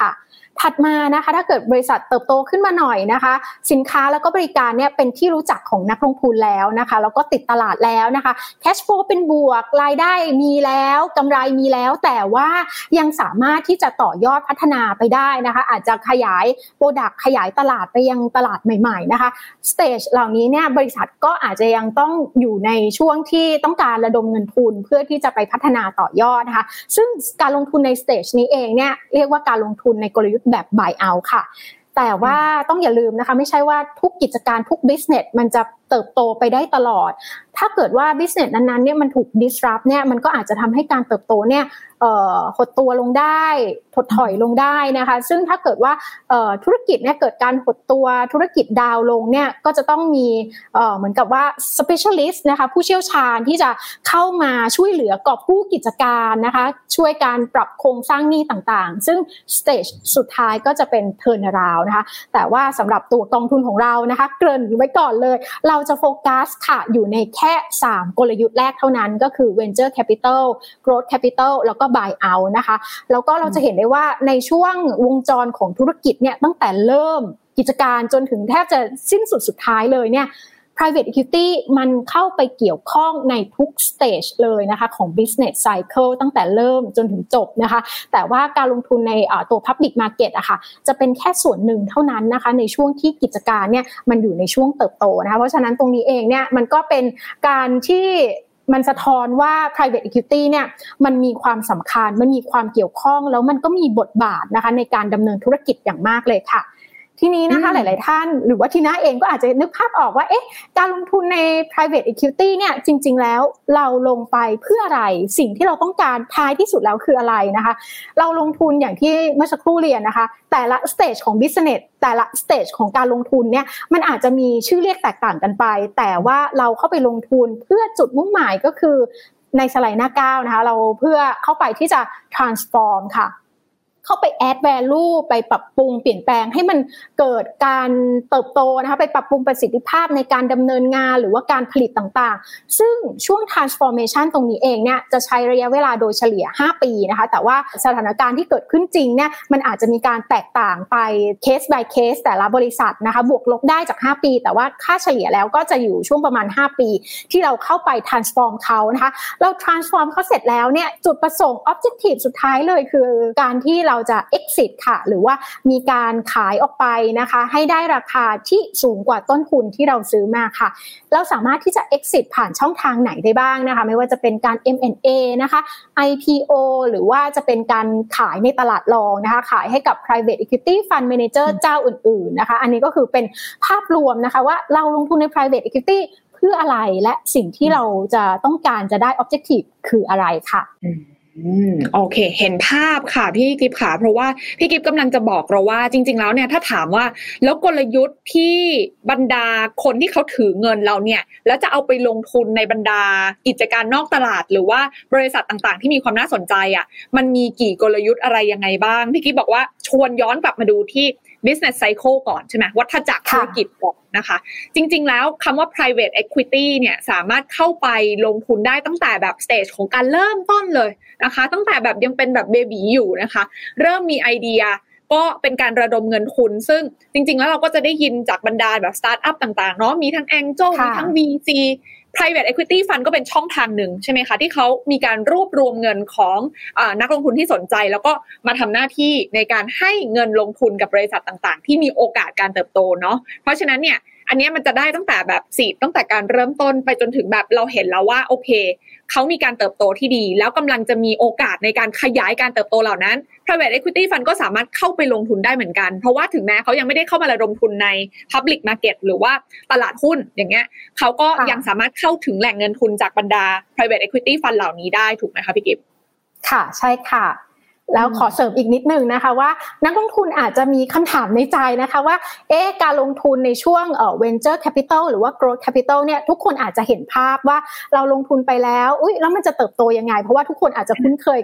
ถัดมานะคะถ้าเกิดบริษัทเติบโตขึ้นมาหน่อยนะคะสินค้าแล้วก็บริการเนี่ยเป็นที่รู้จักของนักลงทุนแล้วนะคะแล้วก็ติดตลาดแล้วนะคะแคชโฟลว์เป็นบวกรายได้มีแล้วกำไรมีแล้วแต่ว่ายังสามารถที่จะต่อยอดพัฒนาไปได้นะคะอาจจะขยายโปรดักต์ขยายตลาดไปยังตลาดใหม่ๆนะคะสเตจเหล่านี้เนี่ยบริษัทก็อาจจะยังต้องอยู่ในช่วงที่ต้องการระดมเงินทุนเพื่อที่จะไปพัฒนาต่อยอดนะคะซึ่งการลงทุนในสเตจนี้เองเนี่ยเรียกว่าการลงทุนในกลยุทธ์แบบ buy out ค่ะแต่ว่าต้องอย่าลืมนะคะไม่ใช่ว่าทุกกิจการทุก business มันจะเติบโตไปได้ตลอดถ้าเกิดว่า business นั้นๆเนี่ยมันถูก disrupt เนี่ยมันก็อาจจะทำให้การเติบโตเนี่ยเอ่อหดตัวลงได้ถดถอยลงได้นะคะซึ่งถ้าเกิดว่าเอ่อธุรกิจเนี่ยเกิดการหดตัวธุรกิจดาวลงเนี่ยก็จะต้องมีเอ่อเหมือนกับว่า specialist นะคะผู้เชี่ยวชาญที่จะเข้ามาช่วยเหลือกอบกู้กิจการนะคะช่วยการปรับโครงสร้างหนี้ต่างๆซึ่ง stage สุดท้ายก็จะเป็น turnaround นะคะแต่ว่าสำหรับตัวกองทุนของเรานะคะเกริ่นไว้ก่อนเลยเราจะโฟกัสค่ะอยู่ในแค่สามกลยุทธ์แรกเท่านั้นก็คือ venture capital growth capital แล้วก็ buy out นะคะแล้วก็เราจะเห็นได้ว่าในช่วงวงจรของธุรกิจเนี่ยตั้งแต่เริ่มกิจการจนถึงแทบจะสิ้นสุดสุดท้ายเลยเนี่ย private equity มันเข้าไปเกี่ยวข้องในทุก stage เลยนะคะของ business cycle ตั้งแต่เริ่มจนถึงจบนะคะแต่ว่าการลงทุนในตัว public market อะค่ะจะเป็นแค่ส่วนหนึ่งเท่านั้นนะคะในช่วงที่กิจการเนี่ยมันอยู่ในช่วงเติบโตนะคะเพราะฉะนั้นตรงนี้เองเนี่ยมันก็เป็นการที่มันสะท้อนว่า private equity เนี่ยมันมีความสำคัญมันมีความเกี่ยวข้องแล้วมันก็มีบทบาทนะคะในการดำเนินธุรกิจอย่างมากเลยค่ะทีนี้นะคะหลายๆท่านหรือว่าทีน่าเองก็อาจจะนึกภาพออกว่าเอ๊ะการลงทุนใน private equity เนี่ยจริงๆแล้วเราลงไปเพื่ออะไรสิ่งที่เราต้องการท้ายที่สุดแล้วคืออะไรนะคะเราลงทุนอย่างที่เมื่อสักครู่เรียนนะคะแต่ละ stage ของ business แต่ละ stage ของการลงทุนเนี่ยมันอาจจะมีชื่อเรียกแตกต่างกันไปแต่ว่าเราเข้าไปลงทุนเพื่อจุดมุ่งหมายก็คือในสไลด์หน้าเก้านะคะเราเพื่อเข้าไปที่จะ transform ค่ะเข้าไป add value ไปปรับปรุงเปลี่ยนแปลงให้มันเกิดการเติบโตนะคะไปปรับปรุงประสิทธิภาพในการดำเนินงานหรือว่าการผลิตต่างๆซึ่งช่วง transformation ตรงนี้เองเนี่ยจะใช้ระยะเวลาโดยเฉลี่ยห้าปีนะคะแต่ว่าสถานการณ์ที่เกิดขึ้นจริงเนี่ยมันอาจจะมีการแตกต่างไป case by case แต่ละบริษัทนะคะบวกลบได้จากห้าปีแต่ว่าค่าเฉลี่ยแล้วก็จะอยู่ช่วงประมาณห้าปีที่เราเข้าไป transform เขานะคะเรา transform เขาเสร็จแล้วเนี่ยจุดประสงค์ objective สุดท้ายเลยคือการที่เราจะ exit ค่ะหรือว่ามีการขายออกไปนะคะให้ได้ราคาที่สูงกว่าต้นทุนที่เราซื้อมาค่ะเราสามารถที่จะ exit ผ่านช่องทางไหนได้บ้างนะคะไม่ว่าจะเป็นการ เอ็ม แอนด์ เอ นะคะ ไอ พี โอ หรือว่าจะเป็นการขายในตลาดรองนะคะขายให้กับ private equity fund manager เจ้าอื่นๆนะคะอันนี้ก็คือเป็นภาพรวมนะคะว่าเราลงทุนใน private equity เพื่ออะไรและสิ่งที่เราจะต้องการจะได้ objective คืออะไรค่ะ
อืมโอเคเห็นภาพค่ะพี่กิฟต์ค่ะเพราะว่าพี่กิฟต์กำลังจะบอกเราว่าจริงๆแล้วเนี่ยถ้าถามว่าแล้วกลยุทธ์ที่บรรดาคนที่เขาถือเงินเราเนี่ยแล้วจะเอาไปลงทุนในบรรดากิจการนอกตลาดหรือว่าบริษัทต่างๆที่มีความน่าสนใจอ่ะมันมีกี่กลยุทธ์อะไรยังไงบ้างพี่กิฟต์บอกว่าชวนย้อนกลับมาดูที่ business cycle ก่อนใช่ไหมวัฏจักรธุรกิจก่อนนะคะจริงๆแล้วคำว่า private equity เนี่ยสามารถเข้าไปลงทุนได้ตั้งแต่แบบ stage ของการเริ่มต้นเลยนะคะตั้งแต่แบบยังเป็นแบบเบบีอยู่นะคะเริ่มมีไอเดียก็เป็นการระดมเงินทุนซึ่งจริงๆแล้วเราก็จะได้ยินจากบรรดาแบบสตาร์ทอัพต่างๆเนาะมีทั้ง Angel มีทั้ง วี ซี private equity fund ก็เป็นช่องทางหนึ่งใช่ไหมคะที่เขามีการรวบรวมเงินของอ่านักลงทุนที่สนใจแล้วก็มาทำหน้าที่ในการให้เงินลงทุนกับบริษัทต่างๆที่มีโอกาสการเติบโตเนาะเพราะฉะนั้นเนี่ยอันนี้มันจะได้ตั้งแต่แบบสีตั้งแต่การเริ่มต้นไปจนถึงแบบเราเห็นแล้วว่าโอเคเขามีการเติบโตที่ดีแล้วกำลังจะมีโอกาสในการขยายการเติบโตเหล่านั้น private equity fund ก็สามารถเข้าไปลงทุนได้เหมือนกันเพราะว่าถึงแม้เขายังไม่ได้เข้ามาระดมทุนใน public market หรือว่าตลาดหุ้นอย่างเงี้ยเขาก็ยังสามารถเข้าถึงแหล่งเงินทุนจากบรรดา private equity fund เหล่านี้ได้ถูกไหมคะพี่กิฟต์
ค่ะใช่ค่ะแล้วขอเสริมอีกนิดนึงนะคะว่านักลงทุนอาจจะมีคำถามในใจนะคะว่าเอ๊ะการลงทุนในช่วงเอ่อ venture capital หรือว่า growth capital เนี่ยทุกคนอาจจะเห็นภาพว่าเราลงทุนไปแล้วอุ๊ยแล้วมันจะเติบโตยังไงเพราะว่าทุกคนอาจจะคุ้นเคยกับ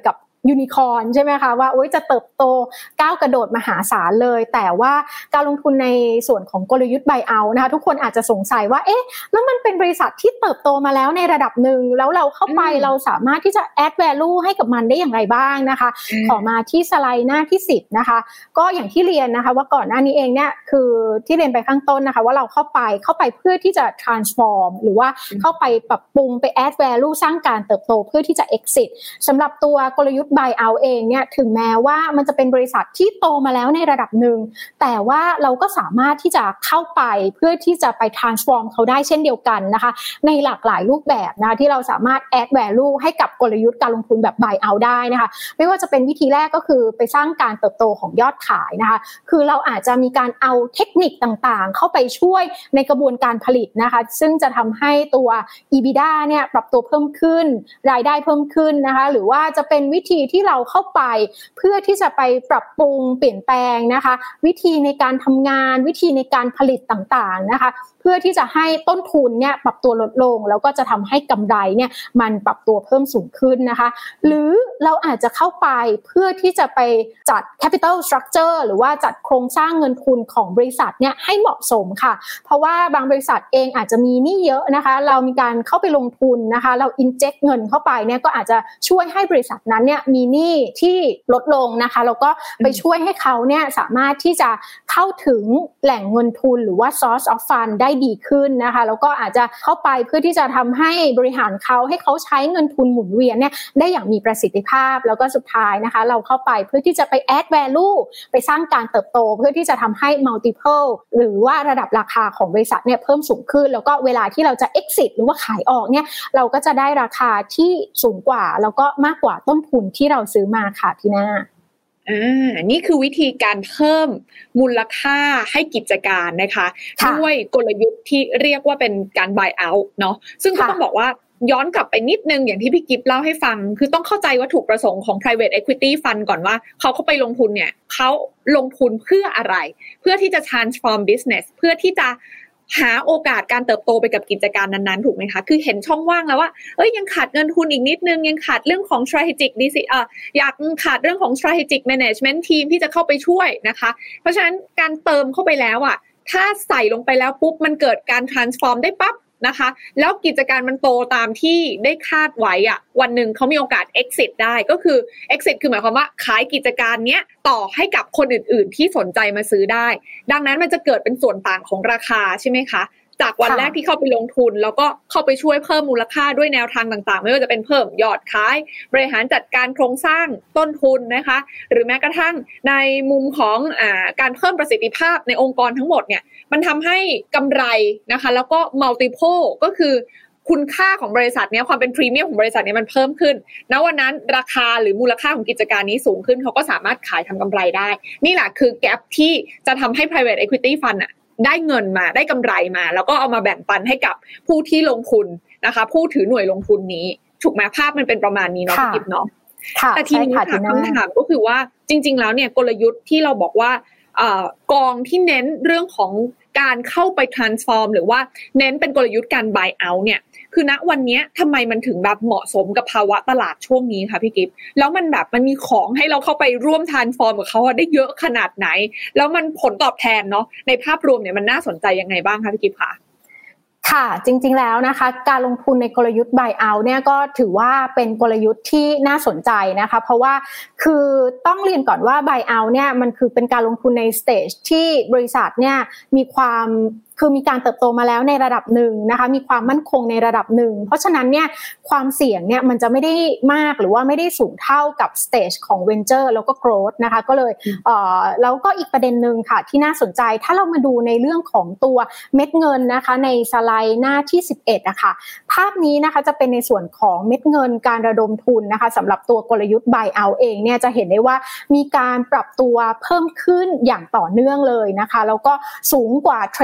ยูนิคอร์นใช่ไหมคะว่าโอ๊ยจะเติบโตก้าวกระโดดมหาศาลเลยแต่ว่าการลงทุนในส่วนของกลยุทธ์ buy out นะคะทุกคนอาจจะสงสัยว่าเอ๊ะแล้วมันเป็นบริษัทที่เติบโตมาแล้วในระดับหนึ่งแล้วเราเข้าไปเราสามารถที่จะ add value ให้กับมันได้อย่างไรบ้างนะคะขอมาที่สไลด์หน้าที่สิบนะคะก็อย่างที่เรียนนะคะว่าก่อนหน้านี้เองเนี่ยคือที่เรียนไปข้างต้นนะคะว่าเราเข้าไปเข้าไปเพื่อที่จะ transform หรือว่าเข้าไปปรับปรุงไป add value สร้างการเติบโตเพื่อที่จะ exit สำหรับตัวกลยุทธ์ buy out เองเนี่ยถึงแม้ว่ามันจะเป็นบริษัทที่โตมาแล้วในระดับหนึ่งแต่ว่าเราก็สามารถที่จะเข้าไปเพื่อที่จะไป transform เขาได้เช่นเดียวกันนะคะในหลากหลายรูปแบบนะคะที่เราสามารถ add value ให้กับกลยุทธ์การลงทุนแบบ buy out ได้นะคะไม่ว่าจะเป็นวิธีแรกก็คือไปสร้างการเติบโตของยอดขายนะคะคือเราอาจจะมีการเอาเทคนิคต่างๆเข้าไปช่วยในกระบวนการผลิตนะคะซึ่งจะทำให้ตัว อี บี ดี เอ เนี่ยปรับตัวเพิ่มขึ้นรายได้เพิ่มขึ้นนะคะหรือว่าจะเป็นวิธีที่เราเข้าไปเพื่อที่จะไปปรับปรุงเปลี่ยนแปลงนะคะวิธีในการทำงานวิธีในการผลิตต่างๆนะคะเพื่อที่จะให้ต้นทุนเนี่ยปรับตัวลดลงแล้วก็จะทำให้กำไรเนี่ยมันปรับตัวเพิ่มสูงขึ้นนะคะหรือเราอาจจะเข้าไปเพื่อที่จะไปจัด capital structure หรือว่าจัดโครงสร้างเงินทุนของบริษัทเนี่ยให้เหมาะสมค่ะเพราะว่าบางบริษัทเองอาจจะมีหนี้เยอะนะคะเรามีการเข้าไปลงทุนนะคะเรา inject เงินเข้าไปเนี่ยก็อาจจะช่วยให้บริษัทนั้นเนี่ยมีหนี้ที่ลดลงนะคะแล้วก็ไปช่วยให้เขาเนี่ยสามารถที่จะเข้าถึงแหล่งเงินทุนหรือว่า source of fund ได้ดีขึ้นนะคะแล้วก็อาจจะเข้าไปเพื่อที่จะทำให้บริหารเขาให้เขาใช้เงินทุนหมุนเวียนเนี่ยได้อย่างมีประสิทธิภาพแล้วก็สุดท้ายนะคะเราเข้าไปเพื่อที่จะไป add value ไปสร้างการเติบโตเพื่อที่จะทำให้ multiple หรือว่าระดับราคาของบริษัทเนี่ยเพิ่มสูงขึ้นแล้วก็เวลาที่เราจะ exit หรือว่าขายออกเนี่ยเราก็จะได้ราคาที่สูงกว่าแล้วก็มากกว่าต้นทุนที่เราซื้อมาค่ะพี่นา
อ่านี่คือวิธีการเพิ่มมูลค่าให้กิจการนะคะด้วยกลยุทธ์ที่เรียกว่าเป็นการ buy out เนาะซึ่งก็ต้องบอกว่าย้อนกลับไปนิดนึงอย่างที่พี่กิฟต์เล่าให้ฟังคือต้องเข้าใจวัตถุประสงค์ของ private equity fund ก่อนว่าเขาเข้าไปลงทุนเนี่ยเขาลงทุนเพื่ออะไรเพื่อที่จะ transform business เพื่อที่จะหาโอกาสการเติบโตไปกับกิจการนั้นๆถูกไหมคะคือเห็นช่องว่างแล้วว่าเอ้ยยังขาดเงินทุนอีกนิดนึงยังขาดเรื่องของ strategic ดิสิเอ่ออยากขาดเรื่องของ strategic management team ที่จะเข้าไปช่วยนะคะเพราะฉะนั้นการเติมเข้าไปแล้วอ่ะถ้าใส่ลงไปแล้วปุ๊บมันเกิดการ transform ได้ปั๊บนะคะแล้วกิจการมันโตตามที่ได้คาดไว้อ่ะวันหนึ่งเขามีโอกาส exit ได้ก็คือ exit คือหมายความว่าขายกิจการเนี้ยต่อให้กับคนอื่นๆที่สนใจมาซื้อได้ดังนั้นมันจะเกิดเป็นส่วนต่างของราคาใช่ไหมคะจากวันแรกที่เข้าไปลงทุนแล้วก็เข้าไปช่วยเพิ่มมูลค่าด้วยแนวทางต่างๆไม่ว่าจะเป็นเพิ่มยอดขายบริหารจัดการโครงสร้างต้นทุนนะคะหรือแม้กระทั่งในมุมของอ่าการเพิ่มประสิทธิภาพในองค์กรทั้งหมดเนี่ยมันทำให้กำไรนะคะแล้วก็ multiple ก็คือคุณค่าของบริษัทเนี้ยความเป็นพรีเมียมของบริษัทเนี้ยมันเพิ่มขึ้นณวันนั้นราคาหรือมูลค่าของกิจการนี้สูงขึ้นเขาก็สามารถขายทำกำไรได้นี่แหละคือแกปที่จะทำให้ private equity fund อะได้เงินมาได้กำไรมาแล้วก็เอามาแบ่งปันให้กับผู้ที่ลงทุนนะคะผู้ถือหน่วยลงทุนนี้ถูกไหมภาพมันเป็นประมาณนี้เนาะพี่กิ๊บเนาะแต่ทีนี้ค่ะคำถามก็คือว่าจริงๆแล้วเนี่ยกลยุทธ์ที่เราบอกว่ากองที่เน้นเรื่องของการเข้าไป transform หรือว่าเน้นเป็นกลยุทธ์การ buy out เนี่ยคือณวันนี้ทำไมมันถึงแบบเหมาะสมกับภาวะตลาดช่วงนี้คะพี่กิฟต์แล้วมันแบบมันมีของให้เราเข้าไปร่วม transform กับเขาได้เยอะขนาดไหนแล้วมันผลตอบแทนเนาะในภาพรวมเนี่ยมันน่าสนใจยังไงบ้างคะพี่กิฟต์คะ
ค่ะจริงๆแล้วนะคะการลงทุนในกลยุทธ์ buy out เนี่ยก็ถือว่าเป็นกลยุทธ์ที่น่าสนใจนะคะเพราะว่าคือต้องเรียนก่อนว่า buy out เนี่ยมันคือเป็นการลงทุนในสเตจที่บริษัทเนี่ยมีความคือมีการเติบโตมาแล้วในระดับหนึ่งนะคะมีความมั่นคงในระดับหนึ่งเพราะฉะนั้นเนี่ยความเสี่ยงเนี่ยมันจะไม่ได้มากหรือว่าไม่ได้สูงเท่ากับสเตจของ venture แล้วก็ growth นะคะก็เลยเอ่อแล้วก็อีกประเด็นนึงค่ะที่น่าสนใจถ้าเรามาดูในเรื่องของตัวเม็ดเงินนะคะในสไลด์หน้าที่สิบเอ็ดอะค่ะภาพนี้นะคะจะเป็นในส่วนของเม็ดเงินการระดมทุนนะคะสำหรับตัวกลยุทธ์ buy out เองเนี่ยจะเห็นได้ว่ามีการปรับตัวเพิ่มขึ้นอย่างต่อเนื่องเลยนะคะแล้วก็สูงกว่าเทรนด์ระยะ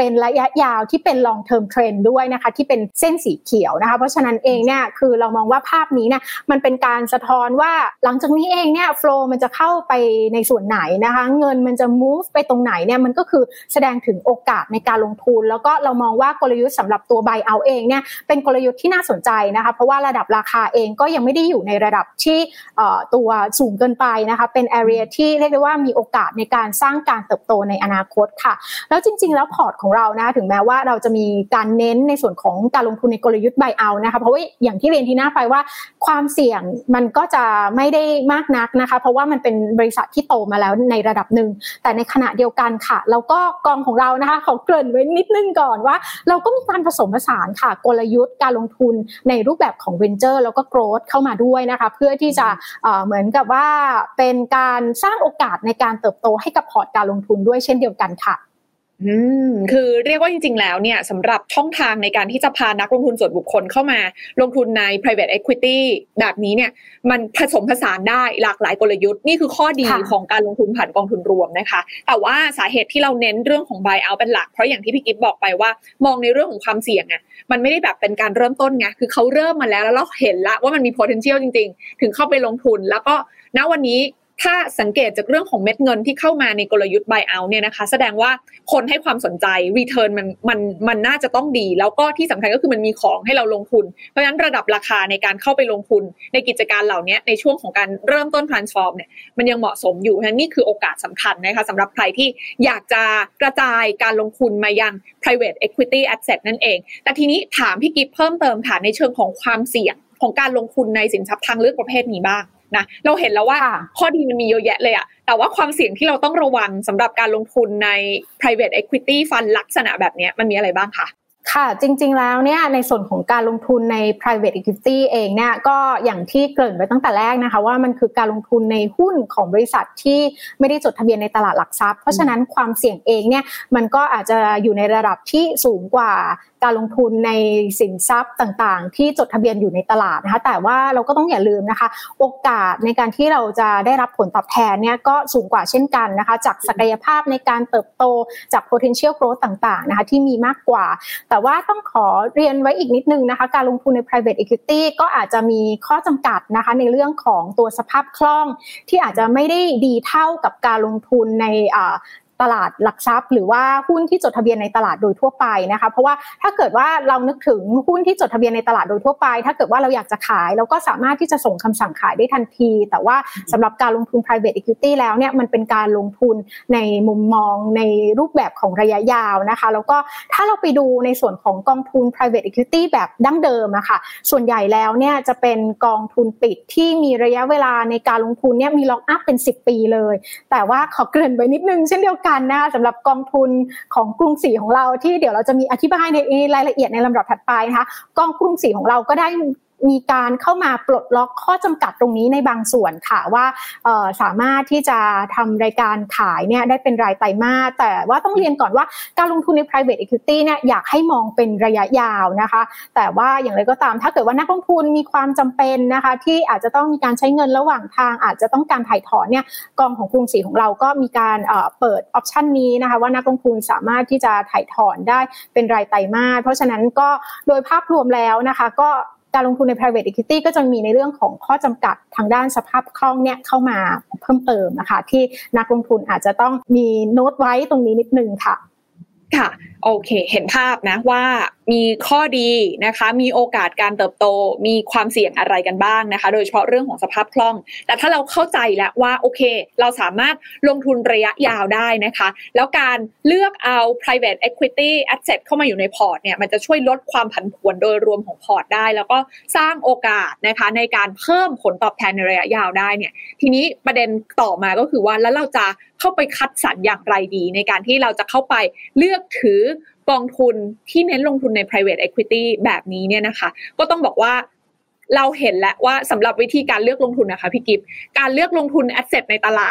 ะยาวที่เป็น long term trend ด้วยนะคะที่เป็นเส้นสีเขียวนะคะเพราะฉะนั้นเองเนี่ยคือเรามองว่าภาพนี้เนี่ยมันเป็นการสะท้อนว่าหลังจากนี้เองเนี่ย flow มันจะเข้าไปในส่วนไหนนะคะเงินมันจะ move ไปตรงไหนเนี่ยมันก็คือแสดงถึงโอกาสในการลงทุนแล้วก็เรามองว่ากลยุทธ์สำหรับตัว buy out เองเนี่ยเป็นกลยุทธ์ที่น่าสนใจนะคะเพราะว่าระดับราคาเองก็ยังไม่ได้อยู่ในระดับที่ตัวสูงเกินไปนะคะเป็น area ที่เรียกได้ว่ามีโอกาสในการสร้างการเติบโตในอนาคตค่ะแล้วจริงๆแล้วพอร์ตของเรานะถึงแม้ว่าเราจะมีการเน้นในส่วนของการลงทุนในกลยุทธ์ buy out นะคะเพราะว่าอย่างที่เรียนที่หน้าไปว่าความเสี่ยงมันก็จะไม่ได้มากนักนะคะเพราะว่ามันเป็นบริษัทที่โตมาแล้วในระดับหนึ่งแต่ในขณะเดียวกันค่ะแล้วก็กองของเรานะคะขอเกริ่นไว้นิดนึงก่อนว่าเราก็มีการผสมผสานค่ะกลยุทธ์การลงทุนในรูปแบบของ venture แล้วก็ growth เข้ามาด้วยนะคะเพื่อที่จะเอ่อเหมือนกับว่าเป็นการสร้างโอกาสในการเติบโตให้กับพอร์ตการลงทุนด้วยเช่นเดียวกันค่ะ
อืมคือเรียกว่าจริงๆแล้วเนี่ยสำหรับช่องทางในการที่จะพานักลงทุนส่วนบุคคลเข้ามาลงทุนใน private equity แบบนี้เนี่ยมันผสมผสานได้หลากหลายกลยุทธ์นี่คือข้อดีของการลงทุนผ่านกองทุนรวมนะคะแต่ว่าสาเหตุที่เราเน้นเรื่องของ buy out เป็นหลักเพราะอย่างที่พี่กิฟบอกไปว่ามองในเรื่องของความเสี่ยงอ่ะมันไม่ได้แบบเป็นการเริ่มต้นไงคือเขาเริ่มมาแล้วแล้วเราเห็นแล้วว่ามันมี potential จริงๆถึงเข้าไปลงทุนแล้วก็ณวันนี้ถ้าสังเกตจากเรื่องของเม็ดเงินที่เข้ามาในกลยุทธ์ buy out เนี่ยนะคะแสดงว่าคนให้ความสนใจ return มันมันมันน่าจะต้องดีแล้วก็ที่สำคัญก็คือมันมีของให้เราลงทุนเพราะฉะนั้นระดับราคาในการเข้าไปลงทุนในกิจการเหล่านี้ในช่วงของการเริ่มต้น transform เนี่ยมันยังเหมาะสมอยู่เพราะฉะนั้นนี่คือโอกาสสำคัญนะคะสำหรับใครที่อยากจะกระจายการลงทุนมายัง private equity asset นั่นเองแต่ทีนี้ถามพี่กิฟเพิ่มเติมค่ะในเชิงของความเสี่ยงของการลงทุนในสินทรัพย์ทางเลือกประเภทนี้บ้างนะเราเห็นแล้วว่าข้อดีมันมีเยอะแยะเลยอะแต่ว่าความเสี่ยงที่เราต้องระวังสำหรับการลงทุนใน private equity fund ลักษณะแบบนี้มันมีอะไรบ้างคะ
ค่ะจริงๆแล้วเนี่ยในส่วนของการลงทุนใน private equity เองเนี่ยก็อย่างที่เกริ่นไว้ตั้งแต่แรกนะคะว่ามันคือการลงทุนในหุ้นของบริษัทที่ไม่ได้จดทะเบียนในตลาดหลักทรัพย์เพราะฉะนั้นความเสี่ยงเองเนี่ยมันก็อาจจะอยู่ในระดับที่สูงกว่าการลงทุนในสินทรัพย์ต่างๆที่จดทะเบียนอยู่ในตลาดนะคะแต่ว่าเราก็ต้องอย่าลืมนะคะโอกาสในการที่เราจะได้รับผลตอบแทนเนี่ยก็สูงกว่าเช่นกันนะคะจากศักยภาพในการเติบโตจาก potential growth ต่างๆนะคะที่มีมากกว่าแต่ว่าต้องขอเรียนไว้อีกนิดนึงนะคะการลงทุนใน private equity ก็อาจจะมีข้อจำกัดนะคะในเรื่องของตัวสภาพคล่องที่อาจจะไม่ได้ดีเท่ากับการลงทุนในอ่าตลาดหลักทรัพย์หรือว่าหุ้นที่จดทะเบียนในตลาดโดยทั่วไปนะคะเพราะว่าถ้าเกิดว่าเรานึกถึงหุ้นที่จดทะเบียนในตลาดโดยทั่วไปถ้าเกิดว่าเราอยากจะขายเราก็สามารถที่จะส่งคำสั่งขายได้ทันทีแต่ว่าสำหรับการลงทุน private equity แล้วเนี่ยมันเป็นการลงทุนในมุมมองในรูปแบบของระยะยาวนะคะแล้วก็ถ้าเราไปดูในส่วนของกองทุน private equity แบบดั้งเดิมอะค่ะส่วนใหญ่แล้วเนี่ยจะเป็นกองทุนปิดที่มีระยะเวลาในการลงทุนเนี่ยมีล็อกอัพเป็นสิบปีเลยแต่ว่าขอเกริ่นไว้นิดนึงเช่นเดียวกันนะคะสำหรับกองทุนของกรุงศรีของเราที่เดี๋ยวเราจะมีอธิบายในรายละเอียดในลำดับถัดไปนะคะกองกรุงศรีของเราก็ได้มีการเข้ามาปลดล็อกข้อจำกัดตรงนี้ในบางส่วนค่ะว่าเอ่อสามารถที่จะทำรายการขายเนี่ยได้เป็นรายไตรมาสแต่ว่าต้องเรียนก่อนว่าการลงทุนใน private equity เนี่ยอยากให้มองเป็นระยะยาวนะคะแต่ว่าอย่างไรก็ตามถ้าเกิดว่านักลงทุนมีความจำเป็นนะคะที่อาจจะต้องมีการใช้เงินระหว่างทางอาจจะต้องการถ่ายถอนเนี่ยกองของกรุงศรีของเราก็มีการเอ่อเปิดออปชันนี้นะคะว่านักลงทุนสามารถที่จะถ่ายถอนได้เป็นรายไตรมาสเพราะฉะนั้นก็โดยภาพรวมแล้วนะคะก็การลงทุนใน private equity ก็จะมีในเรื่องของข้อจำกัดทางด้านสภาพคล่องเนี่ยเข้ามาเพิ่มเติมนะคะที่นักลงทุนอาจจะต้องมีโน้ตไว้ตรงนี้นิดนึงค่ะ
ค่ะโอเคเห็นภาพนะว่ามีข้อดีนะคะมีโอกาสการเติบโตมีความเสี่ยงอะไรกันบ้างนะคะโดยเฉพาะเรื่องของสภาพคล่องแต่ถ้าเราเข้าใจแล้วว่าโอเคเราสามารถลงทุนระยะยาวได้นะคะแล้วการเลือกเอา private equity asset เข้ามาอยู่ในพอร์ตเนี่ยมันจะช่วยลดความผันผวนโดยรวมของพอร์ตได้แล้วก็สร้างโอกาสนะคะในการเพิ่มผลตอบแทนในระยะยาวได้เนี่ยทีนี้ประเด็นต่อมาก็คือว่าแล้วเราจะเข้าไปคัดสรรอย่างไรดีในการที่เราจะเข้าไปเลือกถือกองทุนที่เน้นลงทุนใน private equity แบบนี้เนี่ยนะคะก็ต้องบอกว่าเราเห็นแล้วว่าสำหรับวิธีการเลือกลงทุนนะคะพี่กิฟต์การเลือกลงทุน asset ในตลาดอ่ะ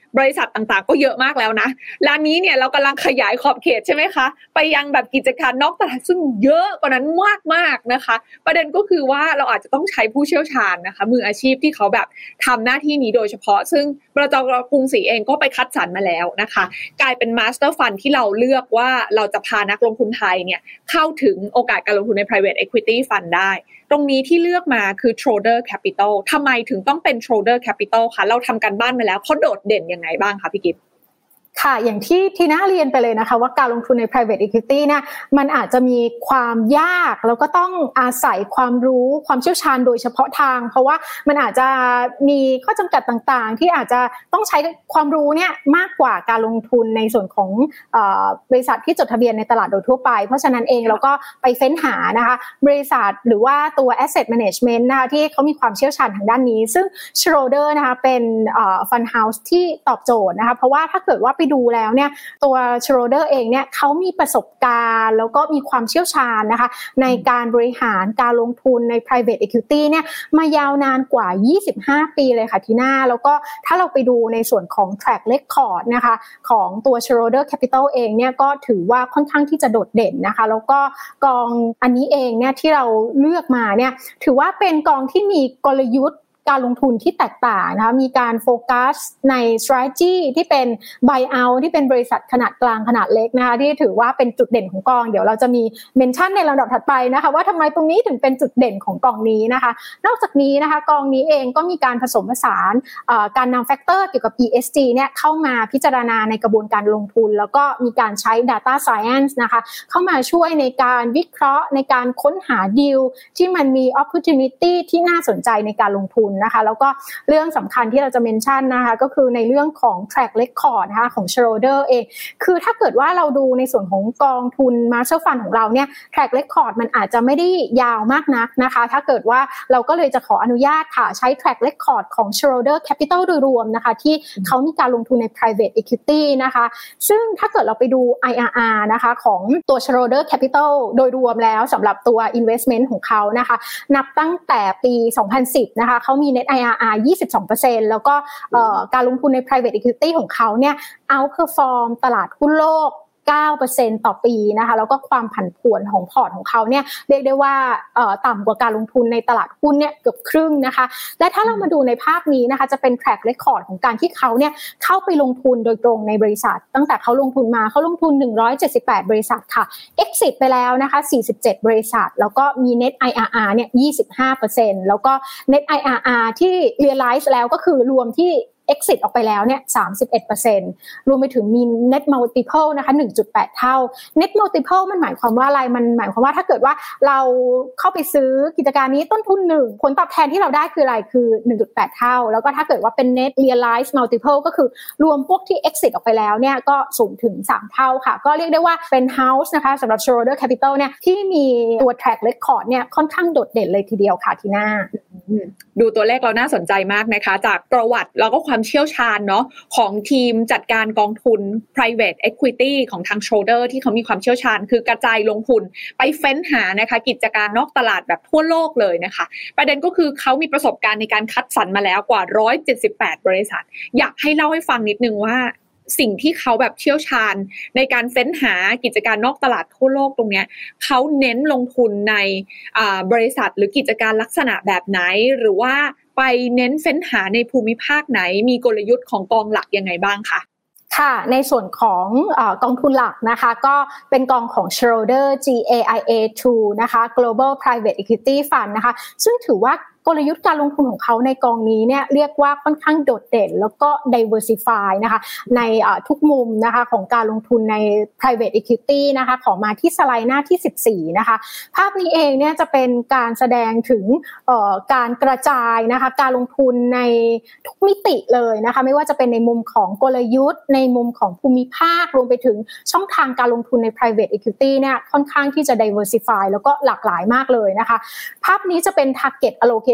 บริษัทต่างๆก็เยอะมากแล้วนะร้านนี้เนี่ยเรากำลังขยายขอบเขตใช่ไหมคะไปยังแบบกิจการนอกตลาดซึ่งเยอะกว่านั้นมากๆนะคะประเด็นก็คือว่าเราอาจจะต้องใช้ผู้เชี่ยวชาญนะคะมืออาชีพที่เขาแบบทำหน้าที่นี้โดยเฉพาะซึ่งบลจ.กรุงศรีเองก็ไปคัดสรรมาแล้วนะคะกลายเป็นมาสเตอร์ฟันที่เราเลือกว่าเราจะพานักลงทุนไทยเนี่ยเข้าถึงโอกาสการลงทุนใน private equity fund ได้ตรงนี้ที่เลือกมาคือ Schroder Capital ทำไมถึงต้องเป็น Schroder Capital คะเราทำกันบ้านมาแล้วเขาโดดเด่นยังไงบ้างคะพี่กิฟต์
ค่ะอย่างที่ทีน่าเรียนไปเลยนะคะว่าการลงทุนใน private equity เนี่ยมันอาจจะมีความยากแล้วก็ต้องอาศัยความรู้ความเชี่ยวชาญโดยเฉพาะทางเพราะว่ามันอาจจะมีข้อจำกัดต่างๆที่อาจจะต้องใช้ความรู้เนี่ยมากกว่าการลงทุนในส่วนของเอ่อบริษัทที่จดทะเบียนในตลาดโดยทั่วไปเพราะฉะนั้นเองเราก็ไปเฟ้นหานะคะบริษัทหรือว่าตัว asset management นะคะที่เขามีความเชี่ยวชาญทางด้านนี้ซึ่ง Schroder นะคะเป็นเอ่อ fund house ที่ตอบโจทย์นะคะเพราะว่าถ้าเกิดว่าไปดูแล้วเนี่ยตัว Schroder เองเนี่ยเขามีประสบการณ์แล้วก็มีความเชี่ยวชาญนะคะในการบริหารการลงทุนใน private equity เนี่ยมายาวนานกว่ายี่สิบห้าปีเลยค่ะทีน่าแล้วก็ถ้าเราไปดูในส่วนของ track record นะคะของตัว Schroder Capital เองเนี่ยก็ถือว่าค่อนข้างที่จะโดดเด่นนะคะแล้วก็กองอันนี้เองเนี่ยที่เราเลือกมาเนี่ยถือว่าเป็นกองที่มีกลยุทธ์การลงทุนที่แตกต่างนะคะมีการโฟกัสใน strategy ที่เป็น buy out ที่เป็นบริษัทขนาดกลางขนาดเล็กนะคะที่ถือว่าเป็นจุดเด่นของกองเดี๋ยวเราจะมีเมนชั่นในลำดับถัดไปนะคะว่าทำไมตรงนี้ถึงเป็นจุดเด่นของกองนี้นะคะนอกจากนี้นะคะกองนี้เองก็มีการผสมผสานการนำแฟกเตอร์เกี่ยวกับ อี เอส จี เนี่ยเข้ามาพิจารณาในกระบวนการลงทุนแล้วก็มีการใช้ data science นะคะเข้ามาช่วยในการวิเคราะห์ในการค้นหาดีลที่มันมี opportunity ที่น่าสนใจในการลงทุนนะคะแล้วก็เรื่องสำคัญที่เราจะเมนชั่นนะคะก็คือในเรื่องของ track record นะคะของ Schroder เองคือถ้าเกิดว่าเราดูในส่วนของกองทุน Master Fund ของเราเนี่ย track record มันอาจจะไม่ได้ยาวมากนักนะคะถ้าเกิดว่าเราก็เลยจะขออนุญาตค่ะใช้ track record ของ Schroder Capital โดยรวมนะคะที่เขามีการลงทุนใน private equity นะคะซึ่งถ้าเกิดเราไปดู ไอ อาร์ อาร์ นะคะของตัว Schroder Capital โดยรวมแล้วสำหรับตัว investment ของเขานะคะนับตั้งแต่ปีสองพันสิบนะคะเขามี net ไอ อาร์ อาร์ ยี่สิบสองเปอร์เซ็นต์ แล้วก็การลงทุนใน private equity ของเขาเนี่ย outperform ตลาดหุ้นโลกเก้าเปอร์เซ็นต์ ต่อปีนะคะแล้วก็ความผันผวนของพอร์ตของเขาเนี่ยเรียกได้ว่าเอ่อต่ำกว่าการลงทุนในตลาดหุ้นเนี่ยเกือบครึ่งนะคะและถ้าเรามาดูในภาพนี้นะคะจะเป็น track record ของการที่เขาเนี่ยเข้าไปลงทุนโดยตรงในบริษัทตั้งแต่เขาลงทุนมาเขาลงทุนหนึ่งร้อยเจ็ดสิบแปดบริษัทค่ะ exit ไปแล้วนะคะสี่สิบเจ็ดบริษัทแล้วก็มี net ไอ อาร์ อาร์ เนี่ย ยี่สิบห้าเปอร์เซ็นต์ แล้วก็ net ไอ อาร์ อาร์ ที่ realize แล้วก็คือรวมที่exit ออกไปแล้วเนี่ย สามสิบเอ็ดเปอร์เซ็นต์ รวมไปถึงมี net multiple นะคะ หนึ่งจุดแปด เท่า net multiple มันหมายความว่าอะไรมันหมายความว่าถ้าเกิดว่าเราเข้าไปซื้อกิจการนี้ต้นทุนหนึ่งผลตอบแทนที่เราได้คืออะไรคือ หนึ่งจุดแปด เท่าแล้วก็ถ้าเกิดว่าเป็น net realized multiple ก็คือรวมพวกที่ exit ออกไปแล้วเนี่ยก็สูงถึงสามเท่าค่ะก็เรียกได้ว่าเป็น house นะคะสำหรับ Schroder Capital เนี่ยที่มีตัว track record เนี่ยค่อนข้างโดดเด่นเลยทีเดียวค่ะทีน่า
ดูตัวเลขเราน่าสนใจมากนะคะจากประวัติแล้วก็ความเชี่ยวชาญเนาะของทีมจัดการกองทุน private equity ของทาง Schroder ที่เขามีความเชี่ยวชาญคือกระจายลงทุนไปเฟ้นหานะคะกิจการนอกตลาดแบบทั่วโลกเลยนะคะประเด็นก็คือเขามีประสบการณ์ในการคัดสรรมาแล้วกว่าหนึ่งร้อยเจ็ดสิบแปดบริษัทอยากให้เล่าให้ฟังนิดนึงว่าสิ่งที่เขาแบบเชี่ยวชาญในการเฟ้นหากิจการนอกตลาดทั่วโลกตรงนี้เขาเน้นลงทุนในบริษัทหรือกิจการลักษณะแบบไหนหรือว่าไปเน้นเฟ้นหาในภูมิภาคไหนมีกลยุทธ์ของกองหลักยังไงบ้างคะ
ค่ะในส่วนของเอ่อกองทุนหลักนะคะก็เป็นกองของ Schroder จี เอ ไอ เอ ทู นะคะ Global Private Equity Fund นะคะซึ่งถือว่ากลยุทธ์การลงทุนของเขาในกองนี้เนี่ยเรียกว่าค่อนข้างโดดเด่นแล้วก็ diversify นะคะในทุกมุมนะคะของการลงทุนใน private equity นะคะขอมาที่สไลด์หน้าที่สิบสี่นะคะภาพนี้เองเนี่ยจะเป็นการแสดงถึงการกระจายนะคะการลงทุนในทุกมิติเลยนะคะไม่ว่าจะเป็นในมุมของกลยุทธ์ในมุมของภูมิภาครวมไปถึงช่องทางการลงทุนใน private equity เนี่ยค่อนข้างที่จะ diversify แล้วก็หลากหลายมากเลยนะคะภาพนี้จะเป็น target allocation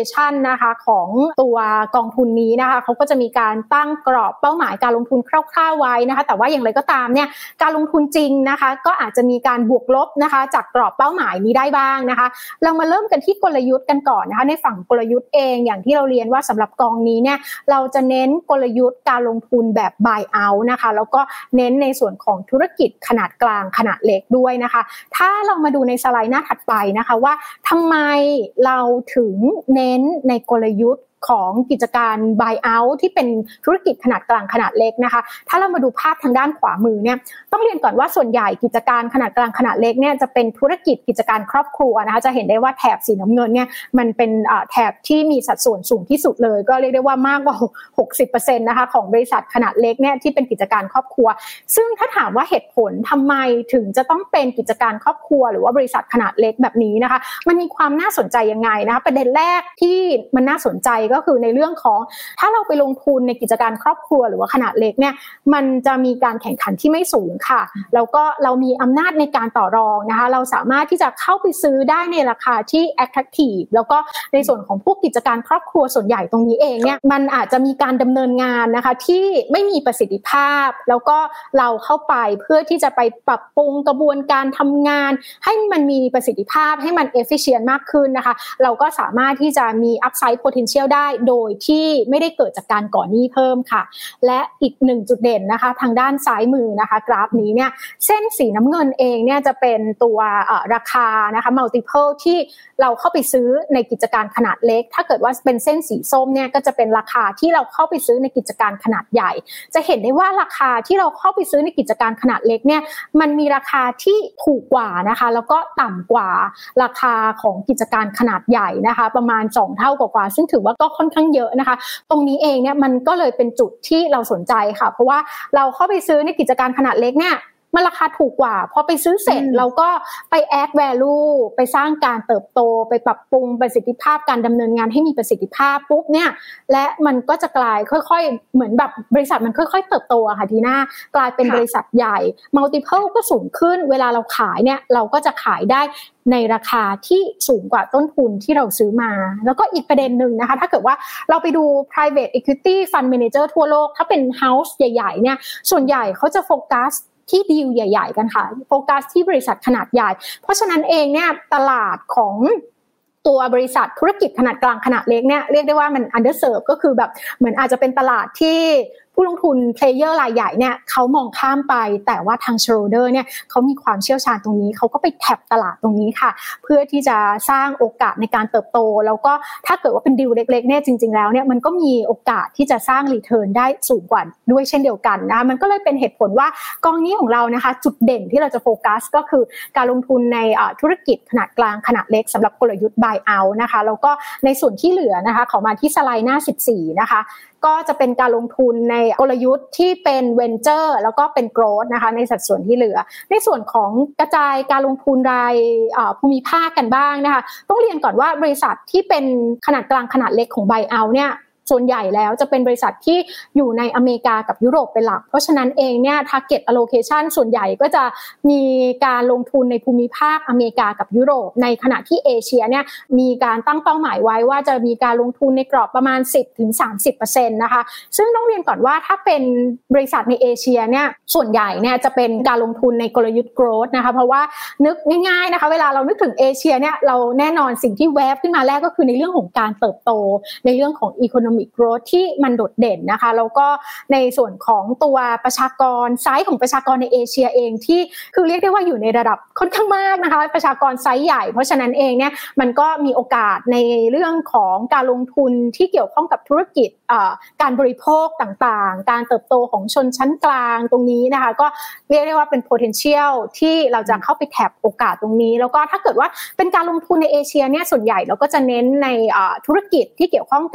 allocation นะคะของตัวกองทุนนี้นะคะเขาก็จะมีการตั้งกรอบเป้าหมายการลงทุนคร่าวๆไว้นะคะแต่ว่าอย่างไรก็ตามเนี่ยการลงทุนจริงนะคะก็อาจจะมีการบวกลบนะคะจากกรอบเป้าหมายนี้ได้บ้างนะคะเรามาเริ่มกันที่กลยุทธ์กันก่อนนะคะในฝั่งกลยุทธ์เองอย่างที่เราเรียนว่าสำหรับกองนี้เนี่ยเราจะเน้นกลยุทธ์การลงทุนแบบ buy out นะคะแล้วก็เน้นในส่วนของธุรกิจขนาดกลางขนาดเล็กด้วยนะคะถ้าเรามาดูในสไลด์หน้าถัดไปนะคะว่าทำไมเราถึงเน้นในกลยุทธ์ของกิจการ buy out ที่เป็นธุรกิจขนาดกลางขนาดเล็กนะคะถ้าเรามาดูภาพทางด้านขวามือเนี่ยต้องเรียนก่อนว่าส่วนใหญ่กิจการขนาดกลางขนาดเล็กเนี่ยจะเป็นธุรกิจกิจการครอบครัวนะคะจะเห็นได้ว่าแถบสีน้ำเงินเนี่ยมันเป็นแถบที่มีสัดส่วนสูงที่สุดเลยก็เรียกได้ว่ามากกว่า หกสิบเปอร์เซ็นต์ นะคะของบริษัทขนาดเล็กเนี่ยที่เป็นกิจการครอบครัวซึ่งถ้าถามว่าเหตุผลทำไมถึงจะต้องเป็นกิจการครอบครัวหรือว่าบริษัทขนาดเล็กแบบนี้นะคะมันมีความน่าสนใจยังไงนะคะประเด็นแรกที่มันน่าสนใจก็คือในเรื่องของถ้าเราไปลงทุนในกิจการครอบครัวหรือว่าขนาดเล็กเนี่ยมันจะมีการแข่งขันที่ไม่สูงค่ะแล้วก็เรามีอำนาจในการต่อรองนะคะเราสามารถที่จะเข้าไปซื้อได้ในราคาที่ attractive แล้วก็ในส่วนของพวกกิจการครอบครัวส่วนใหญ่ตรงนี้เองเนี่ยมันอาจจะมีการดำเนินงานนะคะที่ไม่มีประสิทธิภาพแล้วก็เราเข้าไปเพื่อที่จะไปปรับปรุงกระบวนการทำงานให้มันมีประสิทธิภาพให้มัน efficient มากขึ้นนะคะเราก็สามารถที่จะมี upside potential ได้โดยที่ไม่ได้เกิดจากการก่อหนี้เพิ่มค่ะและอีกหนึ่งจุดเด่นนะคะทางด้านซ้ายมือนะคะกราฟนี้เนี่ยเส้นสีน้ำเงินเองเนี่ยจะเป็นตัวราคานะคะ multiple ที่เราเข้าไปซื้อในกิจการขนาดเล็กถ้าเกิดว่าเป็นเส้นสีส้มเนี่ยก็จะเป็นราคาที่เราเข้าไปซื้อในกิจการขนาดใหญ่จะเห็นได้ว่าราคาที่เราเข้าไปซื้อในกิจการขนาดเล็กเนี่ยมันมีราคาที่ถูกกว่านะคะแล้วก็ต่ำกว่าราคาของกิจการขนาดใหญ่นะคะประมาณสองเท่ากว่าๆซึ่งถือว่าก็ค่อนข้างเยอะนะคะตรงนี้เองเนี่ยมันก็เลยเป็นจุดที่เราสนใจค่ะเพราะว่าเราเข้าไปซื้อในกิจการขนาดเล็กเนี่ยมันราคาถูกกว่าพอไปซื้อเสร็จเราก็ไป add value ไปสร้างการเติบโตไปปรับปรุงประสิทธิภาพการดำเนินงานให้มีประสิทธิภาพปุ๊บเนี่ยและมันก็จะกลายค่อยๆเหมือนแบบบริษัทมันค่อยๆเติบโตอะค่ะทีน่ากลายเป็นบริษัทใหญ่ multiple ก็สูงขึ้นเวลาเราขายเนี่ยเราก็จะขายได้ในราคาที่สูงกว่าต้นทุนที่เราซื้อมาแล้วก็อีกประเด็นหนึ่งนะคะถ้าเกิดว่าเราไปดู private equity fund manager ทั่วโลกถ้าเป็น house ใหญ่ๆเนี่ยส่วนใหญ่เขาจะโฟกัสที่ดีลใหญ่ๆกันค่ะโฟกัสที่บริษัทขนาดใหญ่เพราะฉะนั้นเองเนี่ยตลาดของตัวบริษัทธุรกิจขนาดกลางขนาดเล็กเนี่ยเรียกได้ว่ามัน underserved ก็คือแบบเหมือนอาจจะเป็นตลาดที่ผู้ลงทุนเพลเยอร์รายใหญ่เนี่ยเขามองข้ามไปแต่ว่าทาง shareholder เนี่ยเขามีความเชี่ยวชาญตรงนี้เขาก็ไปแท็บตลาดตรงนี้ค่ะเพื่อที่จะสร้างโอกาสในการเติบโตแล้วก็ถ้าเกิดว่าเป็นดีลเล็กๆเนี่ยจริงๆแล้วเนี่ยมันก็มีโอกาสที่จะสร้างรีเทิร์นได้สูงกว่าด้วยเช่นเดียวกันนะคะมันก็เลยเป็นเหตุผลว่ากองนี้ของเรานะคะจุดเด่นที่เราจะโฟกัสก็คือการลงทุนในธุรกิจขนาดกลางขนาดเล็กสำหรับกลยุทธ์ buy out นะคะแล้วก็ในส่วนที่เหลือนะคะขอมาที่สไลด์หน้าสิบสี่นะคะก็จะเป็นการลงทุนในกลยุทธ์ที่เป็น venture แล้วก็เป็น growth นะคะในสัดส่วนที่เหลือในส่วนของกระจายการลงทุนรายภูมิภาคกันบ้างนะคะต้องเรียนก่อนว่าบริษัทที่เป็นขนาดกลางขนาดเล็กของ buy out เนี่ยส่วนใหญ่แล้วจะเป็นบริษัทที่อยู่ในอเมริกากับยุโรปเป็นหลักเพราะฉะนั้นเองเนี่ย target allocation ส่วนใหญ่ก็จะมีการลงทุนในภูมิภาคอเมริกากับยุโรปในขณะที่เอเชียเนี่ยมีการตั้งเป้าหมายไว้ว่าจะมีการลงทุนในกรอบประมาณ สิบถึงสามสิบเปอร์เซ็นต์ นะคะซึ่งต้องเรียนก่อนว่าถ้าเป็นบริษัทในเอเชียเนี่ยส่วนใหญ่เนี่ยจะเป็นการลงทุนในกลยุทธ์ growth นะคะเพราะว่านึกง่ายๆนะคะเวลาเรานึกถึงเอเชียเนี่ยเราแน่นอนสิ่งที่แวบขึ้นมาแรกก็คือในเรื่องของการเติบโตในเรื่องของ economic growth ที่มันโดดเด่นนะคะแล้วก็ในส่วนของตัวประชากรไซส์ของประชากรในเอเชียเองที่คือเรียกได้ว่าอยู่ในระดับค่อนข้างมากนะคะประชากรไซส์ใหญ่เพราะฉะนั้นเองเนี่ยมันก็มีโอกาสในเรื่องของการลงทุนที่เกี่ยวข้องกับธุรกิจการบริโภคต่างๆการเติบโตของชนชั้นกลางตรงนี้นะคะก็เรียกได้ว่าเป็น potential ที่เราจะเข้าไปแท็บโอกาสตรงนี้แล้วก็ถ้าเกิดว่าเป็นการลงทุนในเอเชียเนี่ยส่วนใหญ่เราก็จะเน้นในธุรกิจที่เกี่ยวข้องกับ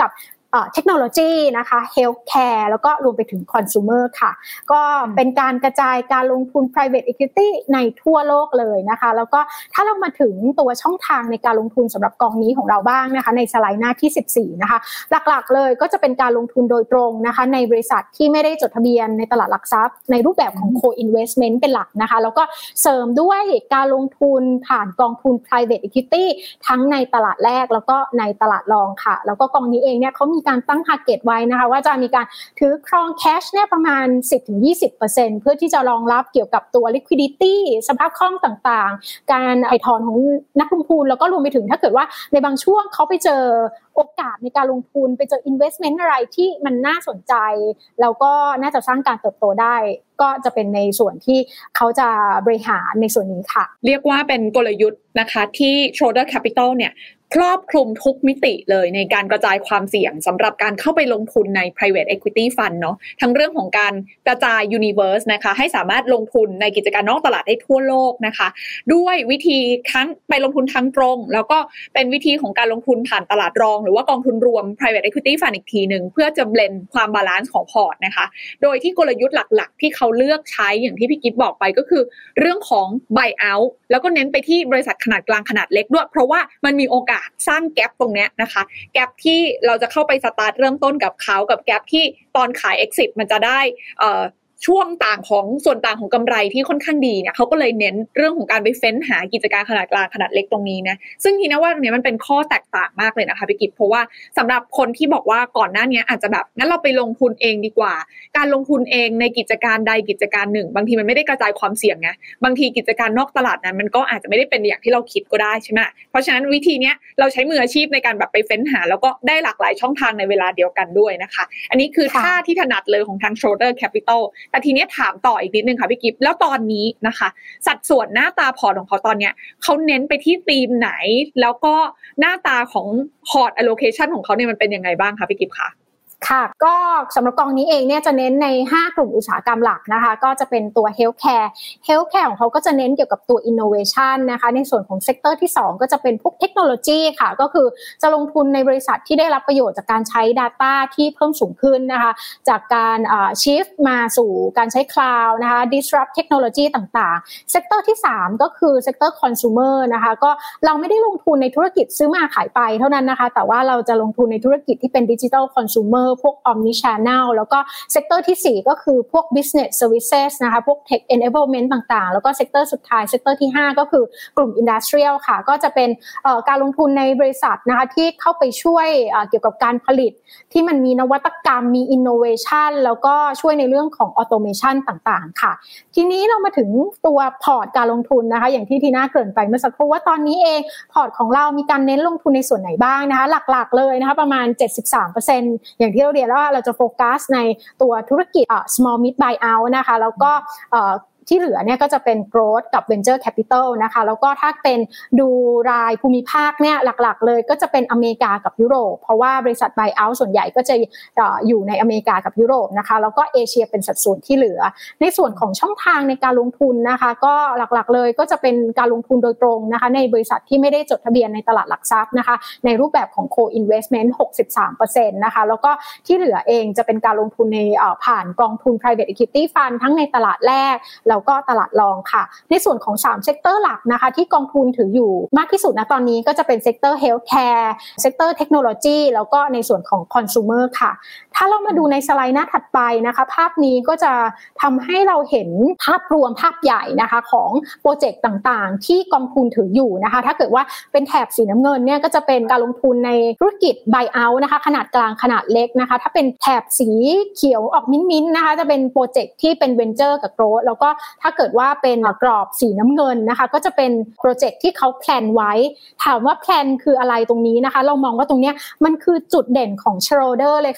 เอ่อเทคโนโลยีนะคะเฮลท์แคร์แล้วก็รวมไปถึงคอน sumer ค่ะก็เป็นการกระจายการลงทุน private equity ในทั่วโลกเลยนะคะแล้วก็ถ้าเรามาถึงตัวช่องทางในการลงทุนสำหรับกองนี้ของเราบ้างนะคะในสไลด์หน้าที่สิบสี่นะคะหลักๆเลยก็จะเป็นการลงทุนโดยตรงนะคะในบริษัทที่ไม่ได้จดทะเบียนในตลาดหลักทรัพย์ในรูปแบบของ co-investment เป็นหลักนะคะแล้วก็เสริมด้วยการลงทุนผ่านกองทุน private equity ทั้งในตลาดแรกแล้วก็ในตลาดรองค่ะแล้วก็กองนี้เองเนี่ยเขามีการตั้ง target ไว้นะคะว่าจะมีการถือครอง cash เนี่ยประมาณ สิบถึงยี่สิบเปอร์เซ็นต์ เพื่อที่จะรองรับเกี่ยวกับตัว liquidity สภาพคล่องต่างๆการถ่ายถอนของนักลงทุนแล้วก็รวมไปถึงถ้าเกิดว่าในบางช่วงเขาไปเจอโอกาสในการลงทุนไปเจอ investment อะไรที่มันน่าสนใจแล้วก็น่าจะสร้างการเติบโตได้ก็จะเป็นในส่วนที่เขาจะบริหารในส่วนนี้ค่ะ
เรียกว่าเป็นกลยุทธ์นะคะที่ Schroders Capital เนี่ยครอบคลุมทุกมิติเลยในการกระจายความเสี่ยงสำหรับการเข้าไปลงทุนใน private equity fund เนาะทั้งเรื่องของการกระจาย universe นะคะให้สามารถลงทุนในกิจการนอกตลาดได้ทั่วโลกนะคะด้วยวิธีทั้งไปลงทุนทางตรงแล้วก็เป็นวิธีของการลงทุนผ่านตลาดรองหรือว่ากองทุนรวม private equity fund อีกทีนึงเพื่อจะเบลนด์ความบาลานซ์ของพอร์ตนะคะโดยที่กลยุทธ์หลักๆที่เขาเลือกใช้อย่างที่พี่กิ๊ฟบอกไปก็คือเรื่องของ buy out แล้วก็เน้นไปที่บริษัทขนาดกลางขนาดเล็กด้วยเพราะว่ามันมีโอกาสสร้างแกปตรงเนี้ยนะคะแกปที่เราจะเข้าไปสตาร์ทเริ่มต้นกับเขากับแกปที่ตอนขาย exit มันจะได้เอ่อช่วงต่างของส่วนต่างของกำไรที่ค่อนข้างดีเนี่ยเขาก็เลยเน้นเรื่องของการไปเฟ้นหากิจการขนาดกลางขนาดเล็กตรงนี้นะซึ่งทีนะว่าตรงนี้มันเป็นข้อแตกต่างมากเลยนะคะพี่กิ๊ฟเพราะว่าสำหรับคนที่บอกว่าก่อนหน้านี้อาจจะแบบงั้นเราไปลงทุนเองดีกว่าการลงทุนเองในกิจการใดกิจการหนึ่งบางทีมันไม่ได้กระจายความเสี่ยงไงบางทีกิจการนอกตลาดนั้นมันก็อาจจะไม่ได้เป็นอย่างที่เราคิดก็ได้ใช่ไหมเพราะฉะนั้นวิธีนี้เราใช้มืออาชีพในการแบบไปเฟ้นหาแล้วก็ได้หลากหลายช่องทางในเวลาเดียวกันด้วยนะคะอันนี้คือท่าที่ถนัดเลยของทาง Schroders Capital แต่ทีนี้ถามต่ออีกนิดนึงค่ะพี่กิฟต์แล้วตอนนี้นะคะสัดส่วนหน้าตาพอร์ตของเขาตอนเนี้ยเขาเน้นไปที่ธีมไหนแล้วก็หน้าตาของพอร์ต allocation ของเขาเนี่ยมันเป็นยังไงบ้างคะพี่กิฟต์คะ
ค่ะก็สำหรับกองนี้เองเนี่ยจะเน้นในห้ากลุ่มอุตสาหกรรมหลักนะคะก็จะเป็นตัว healthcare healthcare ของเขาก็จะเน้นเกี่ยวกับตัว innovation นะคะในส่วนของเซกเตอร์ที่สองก็จะเป็นพวกเทคโนโลยีค่ะก็คือจะลงทุนในบริษัทที่ได้รับประโยชน์จากการใช้ data ที่เพิ่มสูงขึ้นนะคะจากการอ่า shift มาสู่การใช้ cloud นะคะ disrupt เทคโนโลยีต่างๆเซกเตอร์ที่สามก็คือเซกเตอร์ consumer นะคะก็เราไม่ได้ลงทุนในธุรกิจซื้อมาขายไปเท่านั้นนะคะแต่ว่าเราจะลงทุนในธุรกิจที่เป็น digital consumerพวก omni channel แล้วก็เซกเตอร์ที่สี่ก็คือพวก business services นะคะพวก tech enablement ต่างๆแล้วก็เซกเตอร์สุดท้ายเซกเตอร์ที่ห้าก็คือกลุ่ม industrial ค่ะก็จะเป็นเอ่อการลงทุนในบริษัทนะคะที่เข้าไปช่วยเอ่อเกี่ยวกับการผลิตที่มันมีนวัตกรรมมี innovation แล้วก็ช่วยในเรื่องของ automation ต่างๆค่ะทีนี้เรามาถึงตัวพอร์ตการลงทุนนะคะอย่างที่ทีน่าเกริ่นไปเมื่อสักครู่ว่าตอนนี้เองพอร์ตของเรามีการเน้นลงทุนในส่วนไหนบ้างนะคะหลักๆเลยนะคะประมาณ เจ็ดสิบสามเปอร์เซ็นต์ อย่างที่เราเรียนว่าเราจะโฟกัสในตัวธุรกิจ small mid buyout นะคะแล้วก็ที่เหลือเนี่ยก็จะเป็น growth กับ venture capital นะคะแล้วก็ถ้าเป็นดูรายภูมิภาคเนี่ยหลักๆเลยก็จะเป็นอเมริกากับยุโรปเพราะว่าบริษัท buyout ส่วนใหญ่ก็จะอยู่ในอเมริกากับยุโรปนะคะแล้วก็เอเชียเป็นสัดส่วนที่เหลือในส่วนของช่องทางในการลงทุนนะคะก็หลักๆเลยก็จะเป็นการลงทุนโดยตรงนะคะในบริษัทที่ไม่ได้จดทะเบียนในตลาดหลักทรัพย์นะคะในรูปแบบของ co-investment หกสิบสามเปอร์เซ็นต์ นะคะแล้วก็ที่เหลือเองจะเป็นการลงทุนในผ่านกองทุน private equity fund ทั้งในตลาดแรกแล้วก็ตลาดรองค่ะในส่วนของสามเซกเตอร์หลักนะคะที่กองทุนถืออยู่มากที่สุดณตอนนี้ก็จะเป็นเซกเตอร์ healthcare เซกเตอร์เทคโนโลยีแล้วก็ในส่วนของ consumer ค่ะถ้าเรามาดูในสไลด์หน้าถัดไปนะคะภาพนี้ก็จะทำให้เราเห็นภาพรวมภาพใหญ่นะคะของโปรเจกต์ต่างๆที่กองทุนถืออยู่นะคะถ้าเกิดว่าเป็นแถบสีน้ำเงินเนี่ยก็จะเป็นการลงทุนในธุรกิจ buyout นะคะขนาดกลางขนาดเล็กนะคะถ้าเป็นแถบสีเขียวออกมิ้นๆนะคะจะเป็นโปรเจกต์ที่เป็น venture กับ growth แล้วก็ถ้าเกิดว่าเป็นกรอบสีน้ำเงินนะคะก็จะเป็นโปรเจกต์ที่เขาแพลนไว้ถามว่าแพลนคืออะไรตรงนี้นะคะเรามองว่าตรงนี้มันคือจุดเด่นของ Schroders เลยค่ะเพราะว่า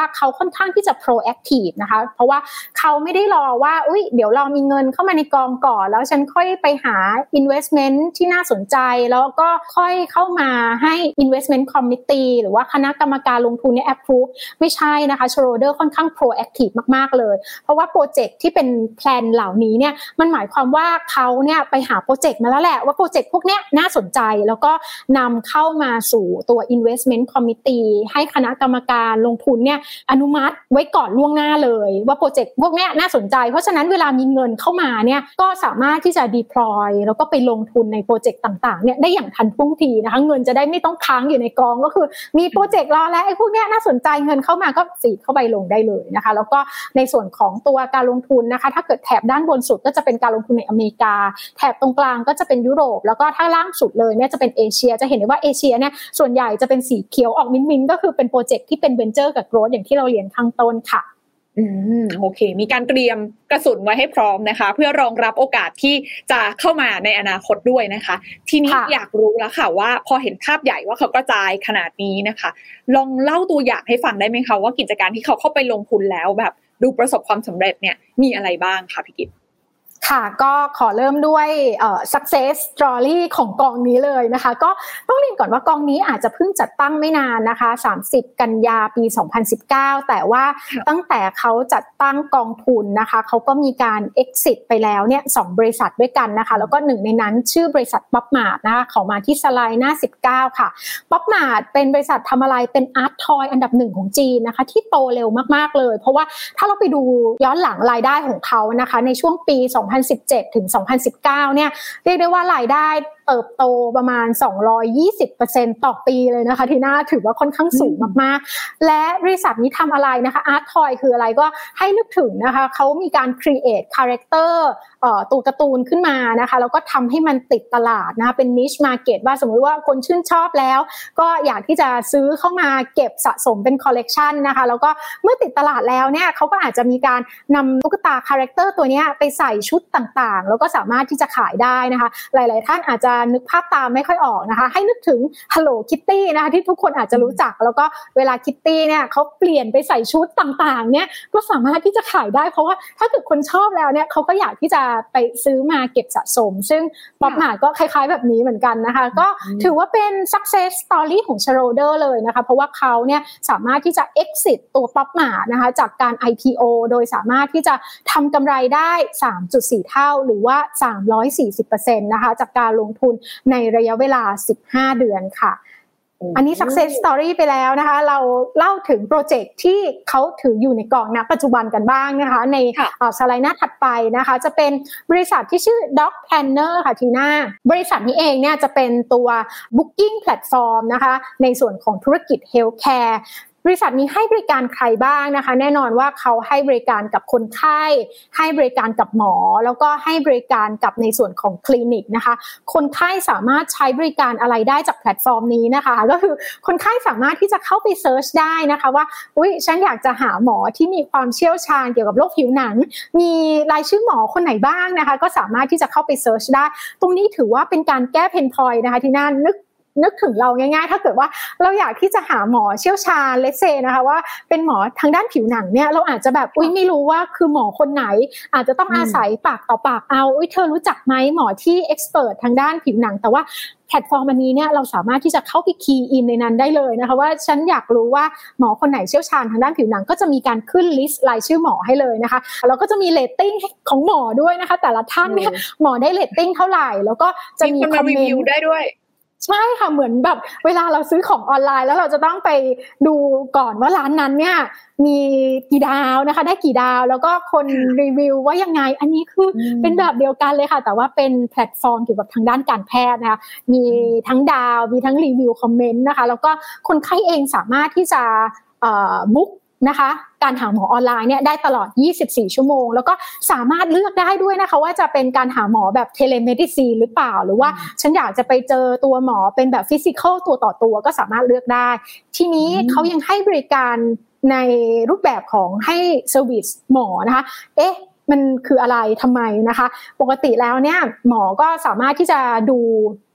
เขาค่อนข้างที่จะ proactive นะคะเพราะว่าเขาไม่ได้รอว่าอุ๊ยเดี๋ยวเรามีเงินเข้ามาในกองก่อนแล้วฉันค่อยไปหา investment ที่น่าสนใจแล้วก็ค่อยเข้ามาให้ investment committee หรือว่าคณะกรรมการลงทุนเนี่ย approve ไม่ใช่นะคะ Schroder ค่อนข้าง proactive มากๆเลยเพราะว่าโปรเจกต์ที่เป็นแพลนเหล่านี้เนี่ยมันหมายความว่าเขาเนี่ยไปหาโปรเจกต์มาแล้วแหละว่าโปรเจกต์พวกเนี้ยน่าสนใจแล้วก็นำเข้ามาสู่ตัว investment committee ให้คณะกรรมการลงทุนเนี่ยอนุมัติไว้ก่อนล่วงหน้าเลยว่าโปรเจกต์พวกเนี้ยน่าสนใจเพราะฉะนั้นเวลามีเงินเข้ามาเนี่ยก็สามารถที่จะ deploy แล้วก็ไปลงทุนในโปรเจกต์ต่างๆเนี่ยได้อย่างทันท่วงทีนะคะเงินจะได้ไม่ต้องค้างอยู่ในกองก็คือมีโปรเจกต์รอแล้วไอ้พวกเนี้ยน่าสนใจเงินเข้ามาก็ฟีดเข้าไปลงได้เลยนะคะแล้วก็ในส่วนของตัวการลงทุนนะคะถ้าเกิดแถบด้านบนสุดก็จะเป็นการลงทุนในอเมริกาแถบตรงกลางก็จะเป็นยุโรปแล้วก็ถ้าล่างสุดเลยเนี่ยจะเป็นเอเชียจะเห็นได้ว่าเอเชียเนี่ยส่วนใหญ่จะเป็นสีเขียวออกมิ้นท์ๆก็คือเป็นโปรเจกต์ที่เป็นเวนเจอร์กับโกรทอย่างที่เราเรียนข้างต้นค่ะ
อืมโอเคมีการเตรียมกระสุนไว้ให้พร้อมนะคะเพื่อรองรับโอกาสที่จะเข้ามาในอนาคตด้วยนะคะทีนี้อยากรู้แล้วค่ะว่าพอเห็นภาพใหญ่ว่าเขากระจายขนาดนี้นะคะลองเล่าตัวอย่างให้ฟังได้ไหมคะว่ากิจการที่เขาเข้าไปลงทุนแล้วแบบดูประสบความสำเร็จเนี่ยมีอะไรบ้างคะพี่กิ๊ฟ
ค่ะก็ขอเริ่มด้วยเอ่อ success story ของกองนี้เลยนะคะก็ต้องเรียนก่อนว่ากองนี้อาจจะเพิ่งจัดตั้งไม่นานนะคะสามสิบกันยาปีสองพันสิบเก้าแต่ว่าตั้งแต่เขาจัดตั้งกองทุนนะคะเขาก็มีการ exit ไปแล้วเนี่ยสองบริษัทด้วยกันนะคะแล้วก็หนึ่งในนั้นชื่อบริษัท PopMart นะคะขอมาที่สไลด์หน้าสิบเก้าค่ะ PopMart เป็นบริษัททำอะไรเป็น Art Toy อันดับหนึ่งของจีนนะคะที่โตเร็วมากๆเลยเพราะว่าถ้าเราไปดูย้อนหลังรายได้ของเขานะคะในช่วงปีสองพันสิบเจ็ดถึงสองพันสิบเก้าเนี่ยเรียกได้ว่ารายได้เติบโตประมาณ สองร้อยยี่สิบเปอร์เซ็นต์ ต่อปีเลยนะคะที่น่าถือว่าค่อนข้างสูงมากๆและบริษัทนี้ทำอะไรนะคะ Art Toy คืออะไรก็ให้นึกถึงนะคะเขามีการ create character เอ่อตัวการ์ตูนขึ้นมานะคะแล้วก็ทำให้มันติดตลาดนะคะเป็น niche market ว่าสมมุติว่าคนชื่นชอบแล้วก็อยากที่จะซื้อเข้ามาเก็บสะสมเป็น collection นะคะแล้วก็เมื่อติดตลาดแล้วเนี่ยเขาก็อาจจะมีการนำตุ๊กตา character ตัวนี้ไปใส่ชุดต่างๆแล้วก็สามารถที่จะขายได้นะคะหลายๆท่านอาจจะนึกภาพตามไม่ค่อยออกนะคะให้นึกถึง Hello Kitty นะคะที่ทุกคนอาจจะรู้จักแล้วก็เวลา Kitty เนี่ยเขาเปลี่ยนไปใส่ชุดต่างๆเนี่ยก็สามารถที่จะขายได้เพราะว่าถ้าเกิดคนชอบแล้วเนี่ยเขาก็อยากที่จะไปซื้อมาเก็บสะสมซึ่ง PopMart ก็คล้ายๆแบบนี้เหมือนกันนะคะก็ถือว่าเป็น success story ของ Schroder เลยนะคะเพราะว่าเขาเนี่ยสามารถที่จะ exit ตัว PopMart นะคะจากการ ไอ พี โอ โดยสามารถที่จะทำกำไรได้ สามจุดสี่ เท่าหรือว่า สามร้อยสี่สิบเปอร์เซ็นต์ นะคะจากการลงทุนในระยะเวลาสิบห้าเดือนค่ะอันนี้ success story ไปแล้วนะคะเราเล่าถึงโปรเจกต์ที่เขาถืออยู่ในกองณปัจจุบันกันบ้างนะคะในสไลด์หน้าถัดไปนะคะจะเป็นบริษัทที่ชื่อ Dog Planner ค่ะทีน่าบริษัทนี้เองเนี่ยจะเป็นตัว booking platform นะคะในส่วนของธุรกิจ healthcareบริษัทนี้ให้บริการใครบ้างนะคะแน่นอนว่าเขาให้บริการกับคนไข้ให้บริการกับหมอแล้วก็ให้บริการกับในส่วนของคลินิกนะคะคนไข้สามารถใช้บริการอะไรได้จากแพลตฟอร์มนี้นะคะก็คือคนไข้สามารถที่จะเข้าไปเซิร์ชได้นะคะว่าอุ๊ยฉันอยากจะหาหมอที่มีความเชี่ยวชาญเกี่ยวกับโรคผิวหนังมีรายชื่อหมอคนไหนบ้างนะคะก็สามารถที่จะเข้าไปเซิร์ชได้ตรงนี้ถือว่าเป็นการแก้เพนพอยต์นะคะที่น่านึกนึกถึงเราง่ายๆถ้าเกิดว่าเราอยากที่จะหาหมอเชี่ยวชาญเลสเซนะคะว่าเป็นหมอทางด้านผิวหนังเนี่ยเราอาจจะแบบอุ๊ยไม่รู้ว่าคือหมอคนไหนอาจจะต้องอาศัยปากต่อปากเอาอุ๊ยเธอรู้จักไหมหมอที่เอ็กซ์เพิร์ททางด้านผิวหนังแต่ว่าแพลตฟอร์มอันนี้เนี่ยเราสามารถที่จะเข้าไปคีย์อินในนั้นได้เลยนะคะว่าฉันอยากรู้ว่าหมอคนไหนเชี่ยวชาญทางด้านผิวหนังก็จะมีการขึ้นลิสต์รายชื่อหมอให้เลยนะคะแล้วก็จะมีเรตติ้งของหมอด้วยนะคะแต่ละท่านเนี่ยหมอได้เรตติ้งเท่าไหร่แล้วก็จะมีคอมเมนต์
ได้ด้วย
ใช่ค่ะเหมือนแบบเวลาเราซื้อของออนไลน์แล้วเราจะต้องไปดูก่อนว่าร้านนั้นเนี่ยมีกี่ดาวนะคะได้กี่ดาวแล้วก็คนรีวิวว่ายังไงอันนี้คือเป็นแบบเดียวกันเลยค่ะแต่ว่าเป็นแพลตฟอร์มเกี่ยวกับทางด้านการแพทย์นะคะมีทั้งดาวมีทั้งรีวิวคอมเมนต์นะคะแล้วก็คนไข้เองสามารถที่จะเอ่อบุ๊กนะคะการหาหมอออนไลน์เนี่ยได้ตลอดยี่สิบสี่ชั่วโมงแล้วก็สามารถเลือกได้ด้วยนะคะว่าจะเป็นการหาหมอแบบเทเลเมดิซีนหรือเปล่าหรือว่าฉันอยากจะไปเจอตัวหมอเป็นแบบฟิสิคอลตัวต่อตัวก็สามารถเลือกได้ทีนี้เขายังให้บริการในรูปแบบของให้เซอร์วิสหมอนะคะเอ๊ะมันคืออะไรทำไมนะคะปกติแล้วเนี่ยหมอก็สามารถที่จะดู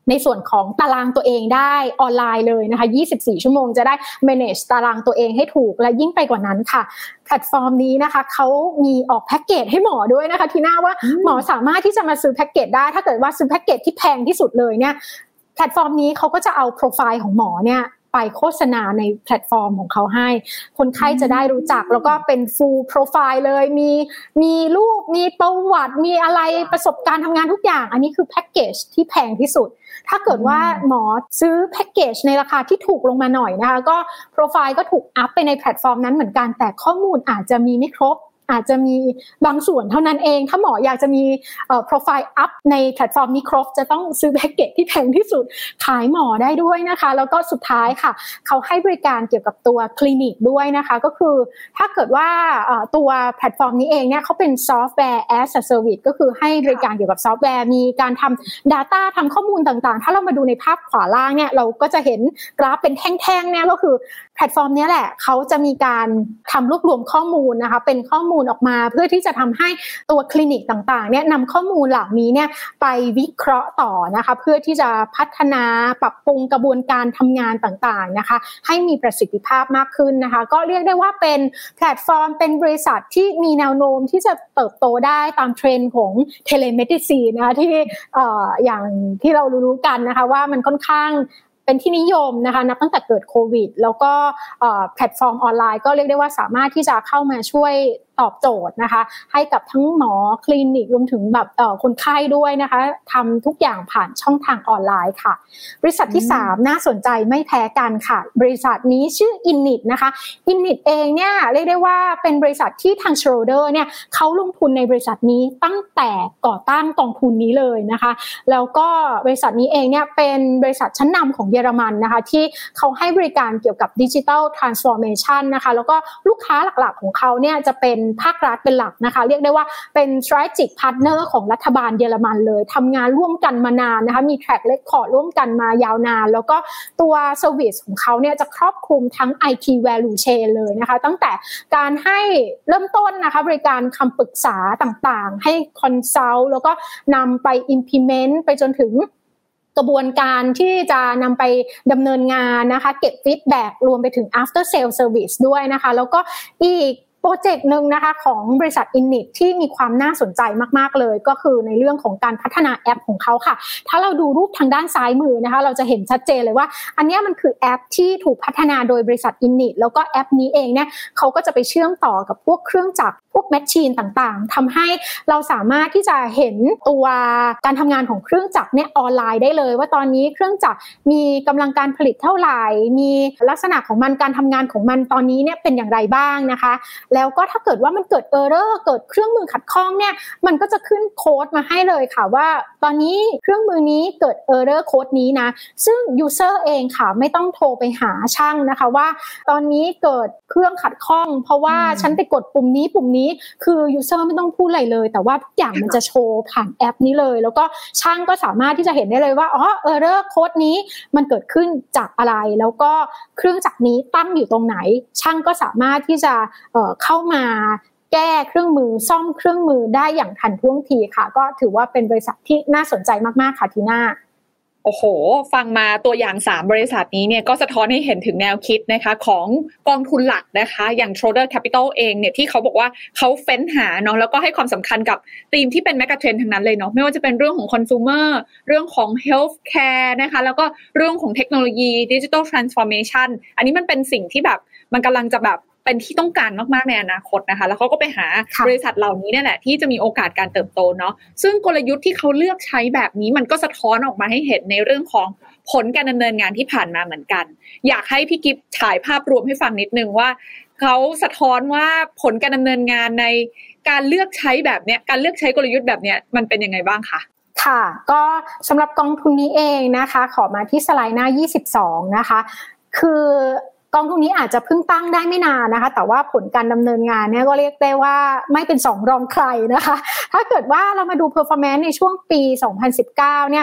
ในส่วนของตารางตัวเองได้ออนไลน์เลยนะคะยี่สิบสี่ชั่วโมงจะได้ manage ตารางตัวเองให้ถูกและยิ่งไปกว่านั้นค่ะแพลตฟอร์มนี้นะคะเขามีออกแพ็กเกจให้หมอด้วยนะคะทีน่าว่าหมอสามารถที่จะมาซื้อแพ็กเกจได้ถ้าเกิดว่าซื้อแพ็กเกจที่แพงที่สุดเลยเนี่ยแพลตฟอร์มนี้เขาก็จะเอาโปรไฟล์ของหมอเนี่ยไปโฆษณาในแพลตฟอร์มของเขาให้คนไข้จะได้รู้จักแล้วก็เป็น full profile เลยมีมีรูปมีประวัติมีอะไรประสบการณ์ทำงานทุกอย่างอันนี้คือแพ็กเกจที่แพงที่สุดถ้าเกิดว่าหมอซื้อแพ็กเกจในราคาที่ถูกลงมาหน่อยนะคะก็โปรไฟล์ก็ถูกอัพไปในแพลตฟอร์มนั้นเหมือนกันแต่ข้อมูลอาจจะมีไม่ครบอาจจะมีบางส่วนเท่านั้นเองถ้าหมออยากจะมีเอ่อโปรไฟล์อัพในแพลตฟอร์มนี้ครบจะต้องซื้อแพ็กเกจที่แพงที่สุดขายหมอได้ด้วยนะคะแล้วก็สุดท้ายค่ะเขาให้บริการเกี่ยวกับตัวคลินิกด้วยนะคะก็คือถ้าเกิดว่าเอ่อตัวแพลตฟอร์มนี้เองเนี่ยเขาเป็นซอฟต์แวร์ as a service ก็คือให้บริการเกี่ยวกับซอฟต์แวร์มีการทำ data ทำข้อมูลต่างๆถ้าเรามาดูในภาพขวาล่างเนี่ยเราก็จะเห็นกราฟเป็นแท่งๆเนี่ยก็คือแพลตฟอร์มนี้แหละเขาจะมีการทำรวบรวมข้อมูลนะคะเป็นข้อมูลออกมาเพื่อที่จะทำให้ตัวคลินิกต่างๆเนี่ยนำข้อมูลเหล่านี้เนี่ยไปวิเคราะห์ต่อนะคะเพื่อที่จะพัฒนาปรับปรุงกระบวนการทำงานต่างๆนะคะให้มีประสิทธิภาพมากขึ้นนะคะก็เรียกได้ว่าเป็นแพลตฟอร์มเป็นบริษัทที่มีแนวโน้มที่จะเติบโตได้ตามเทรนด์ของเทเลเมดิซีนนะคะที่เอ่ออย่างที่เรารู้ๆกันนะคะว่ามันค่อนข้างเป็นที่นิยมนะคะนับตั้งแต่เกิดโควิดแล้วก็แพลตฟอร์มออนไลน์ก็เรียกได้ว่าสามารถที่จะเข้ามาช่วยตอบโจทย์นะคะให้กับทั้งหมอคลินิกรวมถึงแบบเอ่อคนไข้ด้วยนะคะทำทุกอย่างผ่านช่องทางออนไลน์ค่ะบริษัทที่สามน่าสนใจไม่แพ้กันค่ะบริษัทนี้ชื่อ Innit นะคะ Innit เองเนี่ยเรียกได้ว่าเป็นบริษัทที่ทาง Schroder เนี่ยเขาลงทุนในบริษัทนี้ตั้งแต่ก่อตั้งกองทุนนี้เลยนะคะแล้วก็บริษัทนี้เองเนี่ยเป็นบริษัทชั้นนำของเยอรมันนะคะที่เขาให้บริการเกี่ยวกับ Digital Transformation นะคะแล้วก็ลูกค้าหลักๆของเขาเนี่ยจะเป็นภาครัฐเป็นหลักนะคะเรียกได้ว่าเป็น strategic partner ของรัฐบาลเยอรมันเลยทำงานร่วมกันมานานนะคะมี track record ร่วมกันมายาวนานแล้วก็ตัว service ของเขาเนี่ยจะครอบคลุมทั้ง ไอ ที value chain เลยนะคะตั้งแต่การให้เริ่มต้นนะคะบริการคำปรึกษาต่างๆให้ consult แล้วก็นำไป implement ไปจนถึงกระบวนการที่จะนำไปดำเนินงานนะคะเก็บ feedback รวมไปถึง after sale service ด้วยนะคะแล้วก็อีกโปรเจกต์นึงนะคะของบริษัท Innit ที่มีความน่าสนใจมากๆเลยก็คือในเรื่องของการพัฒนาแอปของเขาค่ะถ้าเราดูรูปทางด้านซ้ายมือนะคะเราจะเห็นชัดเจนเลยว่าอันนี้มันคือแอปที่ถูกพัฒนาโดยบริษัท Innit แล้วก็แอปนี้เองเนี่ยเขาก็จะไปเชื่อมต่อกับพวกเครื่องจักรพวกแมชชีนต่างๆทำให้เราสามารถที่จะเห็นตัวการทำงานของเครื่องจักรเนี่ยออนไลน์ได้เลยว่าตอนนี้เครื่องจักรมีกำลังการผลิตเท่าไหร่มีลักษณะของมันการทำงานของมันตอนนี้เนี่ยเป็นอย่างไรบ้างนะคะแล้วก็ถ้าเกิดว่ามันเกิด error เกิดเครื่องมือขัดข้องเนี่ยมันก็จะขึ้นโค้ดมาให้เลยค่ะว่าตอนนี้เครื่องมือนี้เกิด error โค้ดนี้นะซึ่ง user เองค่ะไม่ต้องโทรไปหาช่างนะคะว่าตอนนี้เกิดเครื่องขัดข้องเพราะว่าฉันไปกดปุ่มนี้ปุ่มนี้คือ user ไม่ต้องพูดอะไรเลยแต่ว่าทุกอย่างมันจะโชว์ผ่านแอปนี้เลยแล้วก็ช่างก็สามารถที่จะเห็นได้เลยว่าอ๋อ error โค้ดนี้มันเกิดขึ้นจากอะไรแล้วก็เครื่องจักรนี้ตั้งอยู่ตรงไหนช่างก็สามารถที่จะเอ่อเข้ามาแก้เครื่องมือซ่อมเครื่องมือได้อย่างทันท่วงทีค่ะก็ถือว่าเป็นบริษัทที่น่าสนใจมากๆค่ะทีน่า
โอ้โหฟังมาตัวอย่างสามบริษัทนี้เนี่ยก็สะท้อนให้เห็นถึงแนวคิดนะคะของกองทุนหลักนะคะอย่าง Schroder Capital เองเนี่ยที่เขาบอกว่าเขาเฟ้นหาเนาะแล้วก็ให้ความสำคัญกับธีมที่เป็น mega trend ทั้งนั้นเลยเนาะไม่ว่าจะเป็นเรื่องของ consumer เรื่องของ healthcare นะคะแล้วก็เรื่องของเทคโนโลยี digital transformation อันนี้มันเป็นสิ่งที่แบบมันกำลังจะแบบเป็นที่ต้องการมากๆในอนาคตนะคะแล้วเขาก็ไปหาบริษัทเหล่านี้เนี่ยแหละที่จะมีโอกาสการเติบโตเนาะซึ่งกลยุทธ์ที่เขาเลือกใช้แบบนี้มันก็สะท้อนออกมาให้เห็นในเรื่องของผลการดำเนินงานที่ผ่านมาเหมือนกันอยากให้พี่กิฟต์ฉายภาพรวมให้ฟังนิดนึงว่าเขาสะท้อนว่าผลการดำเนินงานในการเลือกใช้แบบเนี้ยการเลือกใช้กลยุทธ์แบบเนี้ยมันเป็นยังไงบ้างคะ
ค่ะก็สำหรับกองทุนนี้เองนะคะขอมาที่สไลด์หน้ายี่สิบสองนะคะคือกองทุนนี้อาจจะเพิ่งตั้งได้ไม่นานนะคะแต่ว่าผลการดำเนินงานเนี่ยก็เรียกได้ว่าไม่เป็นสองรองใครนะคะถ้าเกิดว่าเรามาดู performance ในช่วงปีสองพันสิบเก้าเนี่ย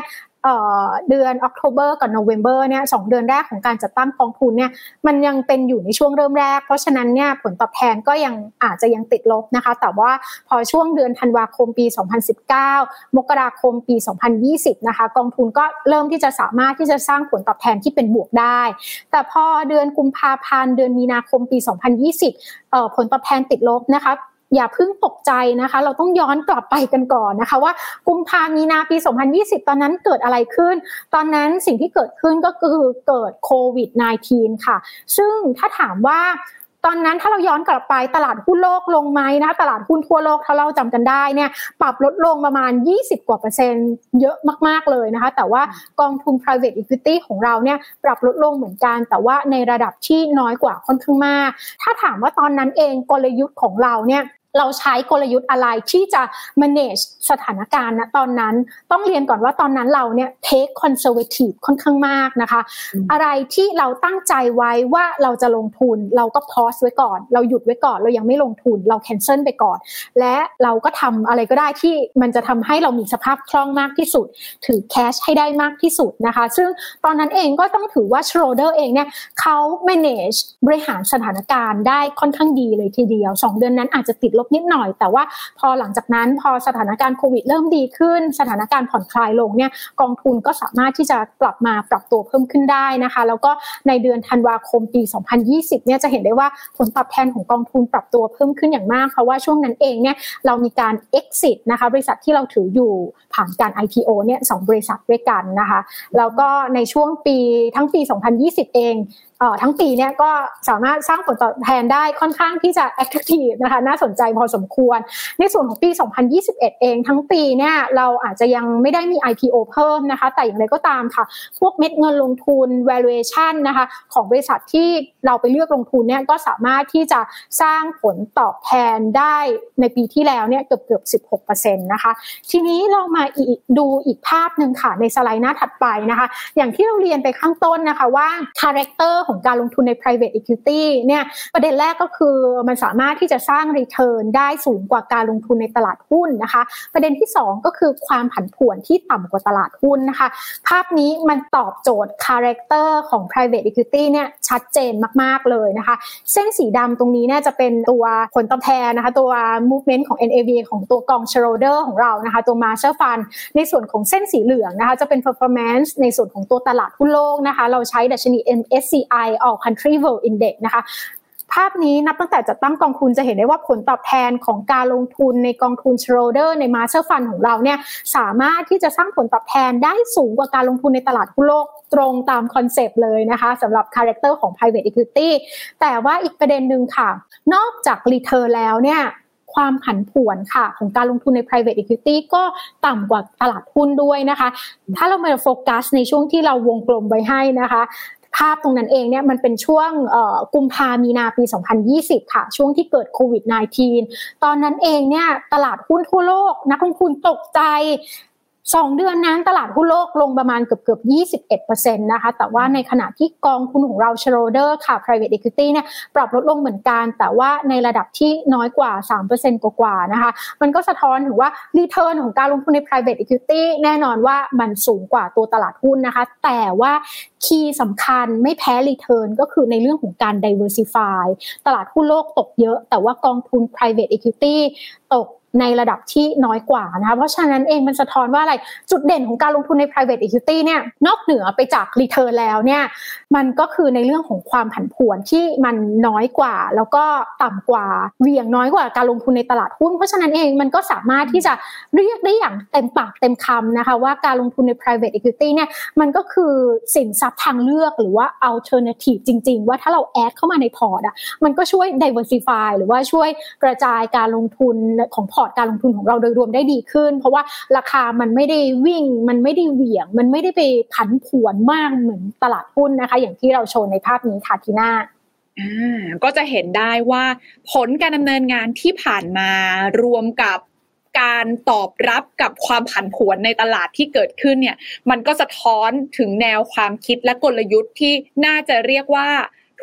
เอ่อเดือน October กับ November เนี่ยสองเดือนแรกของการจัดตั้งกองทุนเนี่ยมันยังเป็นอยู่ในช่วงเริ่มแรกเพราะฉะนั้นเนี่ยผลตอบแทนก็ยังอาจจะยังติดลบนะคะแต่ว่าพอช่วงเดือนธันวาคมปีสองพันสิบเก้ามกราคมปีสองพันยี่สิบนะคะกองทุนก็เริ่มที่จะสามารถที่จะสร้างผลตอบแทนที่เป็นบวกได้แต่พอเดือนกุมภาพันธ์เดือนมีนาคมปีสองพันยี่สิบเอ่อผลตอบแทนติดลบนะคะอย่าเพิ่งตกใจนะคะเราต้องย้อนกลับไปกันก่อนนะคะว่ากุมภามีนาปีสองพันยี่สิบตอนนั้นเกิดอะไรขึ้นตอนนั้นสิ่งที่เกิดขึ้นก็คือเกิดโควิด สิบเก้า ค่ะซึ่งถ้าถามว่าตอนนั้นถ้าเราย้อนกลับไปตลาดหุ้นโลกลงไหมนะตลาดหุ้นทั่วโลกถ้าเราจำกันได้เนี่ยปรับลดลงประมาณยี่สิบกว่าเปอร์เซ็นต์เยอะมากๆเลยนะคะแต่ว่ากองทุน private equity ของเราเนี่ยปรับลดลงเหมือนกันแต่ว่าในระดับที่น้อยกว่าค่อนข้างมากถ้าถามว่าตอนนั้นเองกลยุทธ์ของเราเนี่ยเราใช้กลยุทธ์อะไรที่จะ manage สถานการณ์ณตอนนั้นต้องเรียนก่อนว่าตอนนั้นเราเนี่ย take conservative ค่อนข้างมากนะคะอะไรที่เราตั้งใจไว้ว่าเราจะลงทุนเราก็ pause ไว้ก่อนเราหยุดไว้ก่อนเรายังไม่ลงทุนเรา cancel ไปก่อนและเราก็ทำอะไรก็ได้ที่มันจะทำให้เรามีสภาพคล่องมากที่สุดถือ cash ให้ได้มากที่สุดนะคะซึ่งตอนนั้นเองก็ต้องถือว่า Schroder เองเนี่ยเขา manage บริหารสถานการณ์ได้ค่อนข้างดีเลยทีเดียวสองเดือนนั้นอาจจะติดลบนิดหน่อยแต่ว่าพอหลังจากนั้นพอสถานการณ์โควิดเริ่มดีขึ้นสถานการณ์ผ่อนคลายลงเนี่ยกองทุนก็สามารถที่จะกลับมาปรับตัวเพิ่มขึ้นได้นะคะแล้วก็ในเดือนธันวาคมปีสองพันยี่สิบเนี่ยจะเห็นได้ว่าผลตอบแทนของกองทุนปรับตัวเพิ่มขึ้นอย่างมากเพราะว่าช่วงนั้นเองเนี่ยเรามีการ exit นะคะบริษัทที่เราถืออยู่ผ่านการ ไอ พี โอ เนี่ยสองบริษัทด้วยกันนะคะแล้วก็ในช่วงปีทั้งปีสองพันยี่สิบเองเอ่อทั้งปีเนี่ยก็สามารถสร้างผลตอบแทนได้ค่อนข้างที่จะ attractive นะคะน่าสนใจพอสมควรในส่วนของปีสองพันยี่สิบเอ็ดเองทั้งปีเนี่ยเราอาจจะยังไม่ได้มี ไอ พี โอ เพิ่มนะคะแต่อย่างไรก็ตามค่ะพวกเม็ดเงินลงทุน valuation นะคะของบริษัทที่เราไปเลือกลงทุนเนี่ยก็สามารถที่จะสร้างผลตอบแทนได้ในปีที่แล้วเนี่ยเกือบๆ สิบหกเปอร์เซ็นต์ นะคะทีนี้เรามาอีกดูอีกภาพนึงค่ะในสไลด์หน้าถัดไปนะคะอย่างที่เราเรียนไปข้างต้นนะคะว่า characterของการลงทุนใน private equity เนี่ยประเด็นแรกก็คือมันสามารถที่จะสร้าง return ได้สูงกว่าการลงทุนในตลาดหุ้นนะคะประเด็นที่สองก็คือความผันผวนที่ต่ำกว่าตลาดหุ้นนะคะภาพนี้มันตอบโจทย์ character ของ private equity เนี่ยชัดเจนมากๆเลยนะคะเส้นสีดำตรงนี้เนี่ยจะเป็นตัวผลตอบแทนนะคะตัว movement ของ เอ็น เอ วี ของตัวกอง Schroder ของเรานะคะตัว Master Fund ในส่วนของเส้นสีเหลืองนะคะจะเป็น performance ในส่วนของตัวตลาดหุ้นโลกนะคะเราใช้ดัชนี เอ็ม เอส ซี ไอ All Country World Index นะคะภาพนี้นับตั้งแต่จัดตั้งกองทุนจะเห็นได้ว่าผลตอบแทนของการลงทุนในกองทุน Schroder ใน Master Fund ของเราเนี่ยสามารถที่จะสร้างผลตอบแทนได้สูงกว่าการลงทุนในตลาดหุ้นโลกตรงตามคอนเซปต์เลยนะคะสำหรับ character ของ private equity แต่ว่าอีกประเด็นนึงค่ะนอกจาก return แล้วเนี่ยความผันผวนค่ะของการลงทุนใน private equity ก็ต่ำกว่าตลาดหุ้นด้วยนะคะถ้าเรามาโฟกัสในช่วงที่เราวงกลมไว้ให้นะคะภาพตรงนั้นเองเนี่ยมันเป็นช่วงกุมภามีนาปีสองพันยี่สิบค่ะช่วงที่เกิดโควิด สิบเก้า ตอนนั้นเองเนี่ยตลาดหุ้นทั่วโลกนักลงทุนตกใจสองเดือนนั้นตลาดหุ้นโลกลงประมาณเกือบๆ ยี่สิบเอ็ดเปอร์เซ็นต์ นะคะแต่ว่าในขณะที่กองทุนของเรา Schroder ค่ะ private equity เนี่ยปรับลดลงเหมือนกันแต่ว่าในระดับที่น้อยกว่า สามเปอร์เซ็นต์ กว่าๆนะคะมันก็สะท้อนถึงว่า return ของการลงทุนใน private equity แน่นอนว่ามันสูงกว่าตัวตลาดหุ้นนะคะแต่ว่าคีย์สำคัญไม่แพ้ return ก็คือในเรื่องของการ diversify ตลาดหุ้นโลกตกเยอะแต่ว่ากองทุน private equity ตกในระดับที่น้อยกว่านะคะเพราะฉะนั้นเองมันสะท้อนว่าอะไรจุดเด่นของการลงทุนใน private equity เนี่ยนอกเหนือไปจาก return แล้วเนี่ยมันก็คือในเรื่องของความผันผวนที่มันน้อยกว่าแล้วก็ต่ำกว่าเหวี่ยงน้อยกว่าการลงทุนในตลาดหุ้นเพราะฉะนั้นเองมันก็สามารถที่จะเรียกได้อย่างเต็มปากเต็มคำนะคะว่าการลงทุนใน private equity เนี่ยมันก็คือสินทรัพย์ทางเลือกหรือว่า alternative จริงๆว่าถ้าเราแอดเข้ามาในพอร์ตอ่ะมันก็ช่วย diversify หรือว่าช่วยกระจายการลงทุนของพอร์ตการลงทุนของเราโดยรวมได้ดีขึ้นเพราะว่าราคามันไม่ได้วิ่งมันไม่ได้เหวี่ยงมันไม่ได้ไปผันผวนมากเหมือนตลาดหุ้นนะคะอย่างที่เราโชว์ในภาพนี้ค่ะทีน่า
อ่าก็จะเห็นได้ว่าผลการดำเนินงานที่ผ่านมารวมกับการตอบรับกับความผันผวนในตลาดที่เกิดขึ้นเนี่ยมันก็สะท้อนถึงแนวความคิดและกลยุทธ์ที่น่าจะเรียกว่า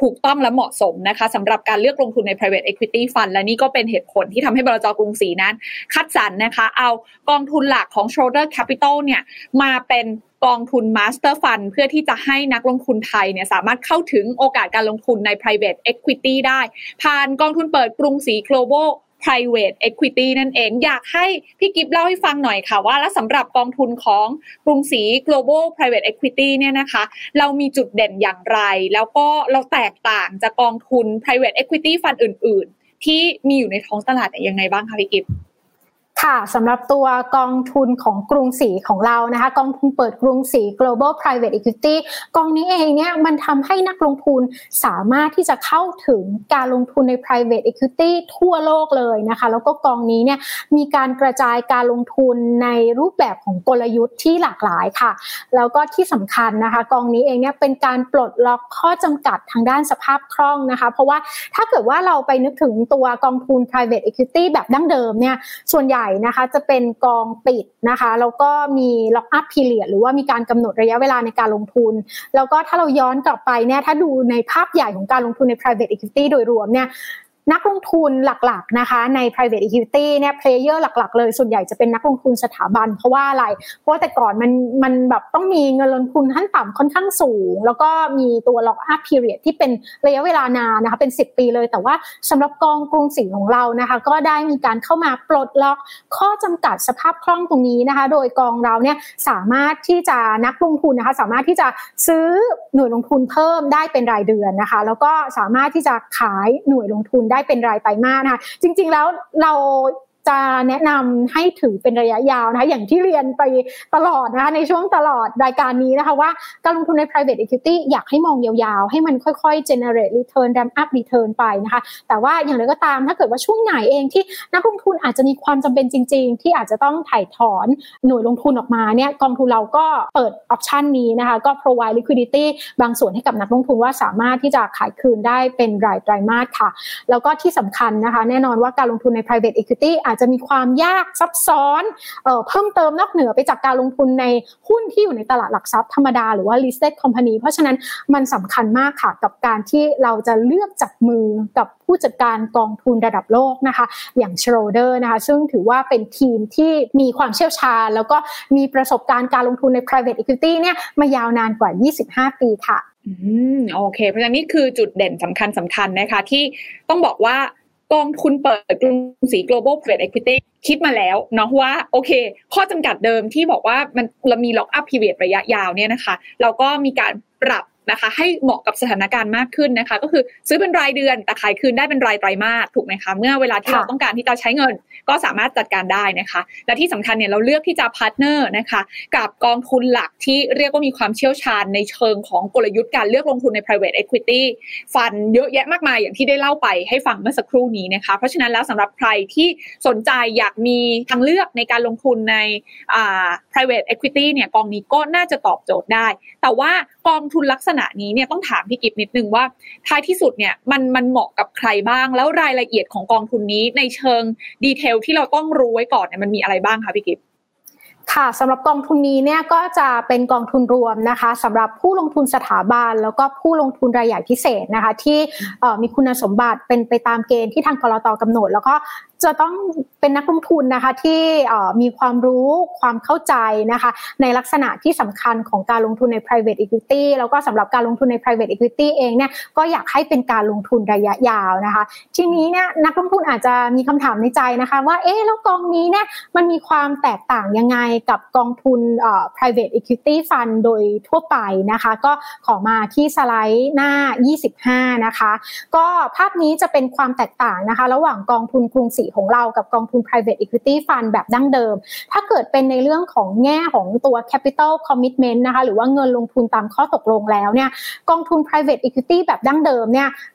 ถูกต้องและเหมาะสมนะคะสำหรับการเลือกลงทุนใน private equity fund และนี่ก็เป็นเหตุผลที่ทำให้บลจ.กรุงศรีนั้นคัดสรรนะคะเอากองทุนหลักของ Schroders Capital เนี่ยมาเป็นกองทุน Master Fund เพื่อที่จะให้นักลงทุนไทยเนี่ยสามารถเข้าถึงโอกาสการลงทุนใน private equity ได้ผ่านกองทุนเปิดกรุงศรี Global private equity นั่นเองอยากให้พี่กิฟต์เล่าให้ฟังหน่อยค่ะว่าแล้วสำหรับกองทุนของกรุงศรี global private equity เนี่ยนะคะเรามีจุดเด่นอย่างไรแล้วก็เราแตกต่างจากกองทุน private equity fund อื่นๆที่มีอยู่ในท้องตลาดยังไงบ้างคะพี่กิฟต์
ค่ะสำหรับตัวกองทุนของกรุงศรีของเรานะคะกองทุนเปิดกรุงศรี Global Private Equity กองนี้เองเนี่ยมันทำให้นักลงทุนสามารถที่จะเข้าถึงการลงทุนใน Private Equity ทั่วโลกเลยนะคะแล้วก็กองนี้เนี่ยมีการกระจายการลงทุนในรูปแบบของกลยุทธ์ที่หลากหลายค่ะแล้วก็ที่สำคัญนะคะกองนี้เองเนี่ยเป็นการปลดล็อกข้อจำกัดทางด้านสภาพคล่องนะคะเพราะว่าถ้าเกิดว่าเราไปนึกถึงตัวกองทุน Private Equity แบบดั้งเดิมเนี่ยส่วนใหญ่นะคะจะเป็นกองปิดนะคะแล้วก็มี lock up period หรือว่ามีการกำหนดระยะเวลาในการลงทุนแล้วก็ถ้าเราย้อนกลับไปเนี่ยถ้าดูในภาพใหญ่ของการลงทุนใน private equity โดยรวมเนี่ยนักลงทุนหลักๆนะคะใน private equity เนี่ย player หลักๆเลยส่วนใหญ่จะเป็นนักลงทุนสถาบันเพราะว่าอะไรเพราะว่าแต่ก่อนมันมันแบบต้องมีเงินลงทุนขั้นต่ำค่อนข้างสูงแล้วก็มีตัว lock up period ที่เป็นระยะเวลานานนะคะเป็นสิบปีเลยแต่ว่าสำหรับกองกรุงศรีของเรานะคะก็ได้มีการเข้ามาปลดล็อกข้อจำกัดสภาพคล่องตรงนี้นะคะโดยกองเราเนี่ยสามารถที่จะนักลงทุนนะคะสามารถที่จะซื้อหน่วยลงทุนเพิ่มได้เป็นรายเดือนนะคะแล้วก็สามารถที่จะขายหน่วยลงทุนได้เป็นรายไตรมาสนะคะจริงๆแล้วเราจะแนะนำให้ถือเป็นระยะยาวนะคะอย่างที่เรียนไปตลอดนะคะในช่วงตลอดรายการนี้นะคะว่าการลงทุนใน private equity อยากให้มองยาวๆให้มันค่อยๆ generate return ramp up return ไปนะคะแต่ว่าอย่างไรก็ตามถ้าเกิดว่าช่วงไหนเองที่นักลงทุนอาจจะมีความจำเป็นจริงๆที่อาจจะต้องถ่ายถอนหน่วยลงทุนออกมาเนี่ยกองทุนเราก็เปิด option นี้นะคะก็ provide liquidity บางส่วนให้กับนักลงทุนว่าสามารถที่จะขายคืนได้เป็นรายไตรมาสค่ะแล้วก็ที่สำคัญนะคะแน่นอนว่าการลงทุนใน private equity อาจจะมีความยากซับซ้อนเอ่อเพิ่มเติมนอกเหนือไปจากการลงทุนในหุ้นที่อยู่ในตลาดหลักทรัพย์ธรรมดาหรือว่า listed company เพราะฉะนั้นมันสำคัญมากค่ะกับการที่เราจะเลือกจับมือกับผู้จัดการกองทุนระดับโลกนะคะอย่าง Schroders นะคะซึ่งถือว่าเป็นทีมที่มีความเชี่ยวชาญแล้วก็มีประสบการณ์การลงทุนใน private equity เนี่ยมายาวนานกว่ายี่สิบห้าปีค่ะ
อืมโอเคเพราะฉะนั้นนี่คือจุดเด่นสำคัญสำคัญนะคะที่ต้องบอกว่ากองทุนเปิดกรุงศรี Global Private Equity คิดมาแล้วเนาะว่าโอเคข้อจำกัดเดิมที่บอกว่ามันเรามี lock up period ระยะยาวเนี่ยนะคะเราก็มีการปรับนะคะให้เหมาะกับสถานการณ์มากขึ้นนะคะก็คือซื้อเป็นรายเดือนแต่ขายคืนได้เป็นรายไตรมาสถูกไหมคะเมื่อเวลาที่เราต้องการที่จะใช้เงินก็สามารถจัดการได้นะคะและที่สำคัญเนี่ยเราเลือกที่จะพาร์ทเนอร์นะคะกับกองทุนหลักที่เรียกว่ามีความเชี่ยวชาญในเชิงของกลยุทธ์การเลือกลงทุนใน private equity fund เยอะแยะมากมายอย่างที่ได้เล่าไปให้ฟังเมื่อสักครู่นี้นะคะเพราะฉะนั้นแล้วสำหรับใครที่สนใจอยากมีทางเลือกในการลงทุนในอ่า private equity เนี่ยกองนี้ก็น่าจะตอบโจทย์ได้แต่ว่ากองทุนลักษณะนี้เนี่ยต้องถามพี่กิฟต์นิดนึงว่าท้ายที่สุดเนี่ยมันมันเหมาะกับใครบ้างแล้วรายละเอียดของกองทุนนี้ในเชิงดีเทลที่เราต้องรู้ไว้ก่อนเนี่ยมันมีอะไรบ้างคะพี่กิฟต์
ค่ะสำหรับกองทุนนี้เนี่ยก็จะเป็นกองทุนรวมนะคะสำหรับผู้ลงทุนสถาบันแล้วก็ผู้ลงทุนรายใหญ่พิเศษนะคะที่มีคุณสมบัติเป็นไปตามเกณฑ์ที่ทางกลต.กำหนดแล้วก็จะต้องเป็นนักลงทุนนะคะที่มีความรู้ความเข้าใจนะคะในลักษณะที่สำคัญของการลงทุนใน private equity แล้วก็สำหรับการลงทุนใน private equity เองเนี่ยก็อยากให้เป็นการลงทุนระยะยาวนะคะทีนี้เนี่ยนักลงทุนอาจจะมีคำถามในใจนะคะว่าเอ๊ะแล้วกองนี้เนี่ยมันมีความแตกต่างยังไงกับกองทุนเอ่อ private equity fund โดยทั่วไปนะคะก็ขอมาที่สไลด์หน้ายี่สิบห้านะคะก็ภาพนี้จะเป็นความแตกต่างนะคะระหว่างกองทุนกรุงศรีของเรากับกองทุน private equity fund แบบดั้งเดิมถ้าเกิดเป็นในเรื่องของแง่ของตัว capital commitment นะคะหรือว่าเงินลงทุนตามข้อตกลงแล้วเนี่ยกองทุน private equity แบบดั้งเดิมเนี่ย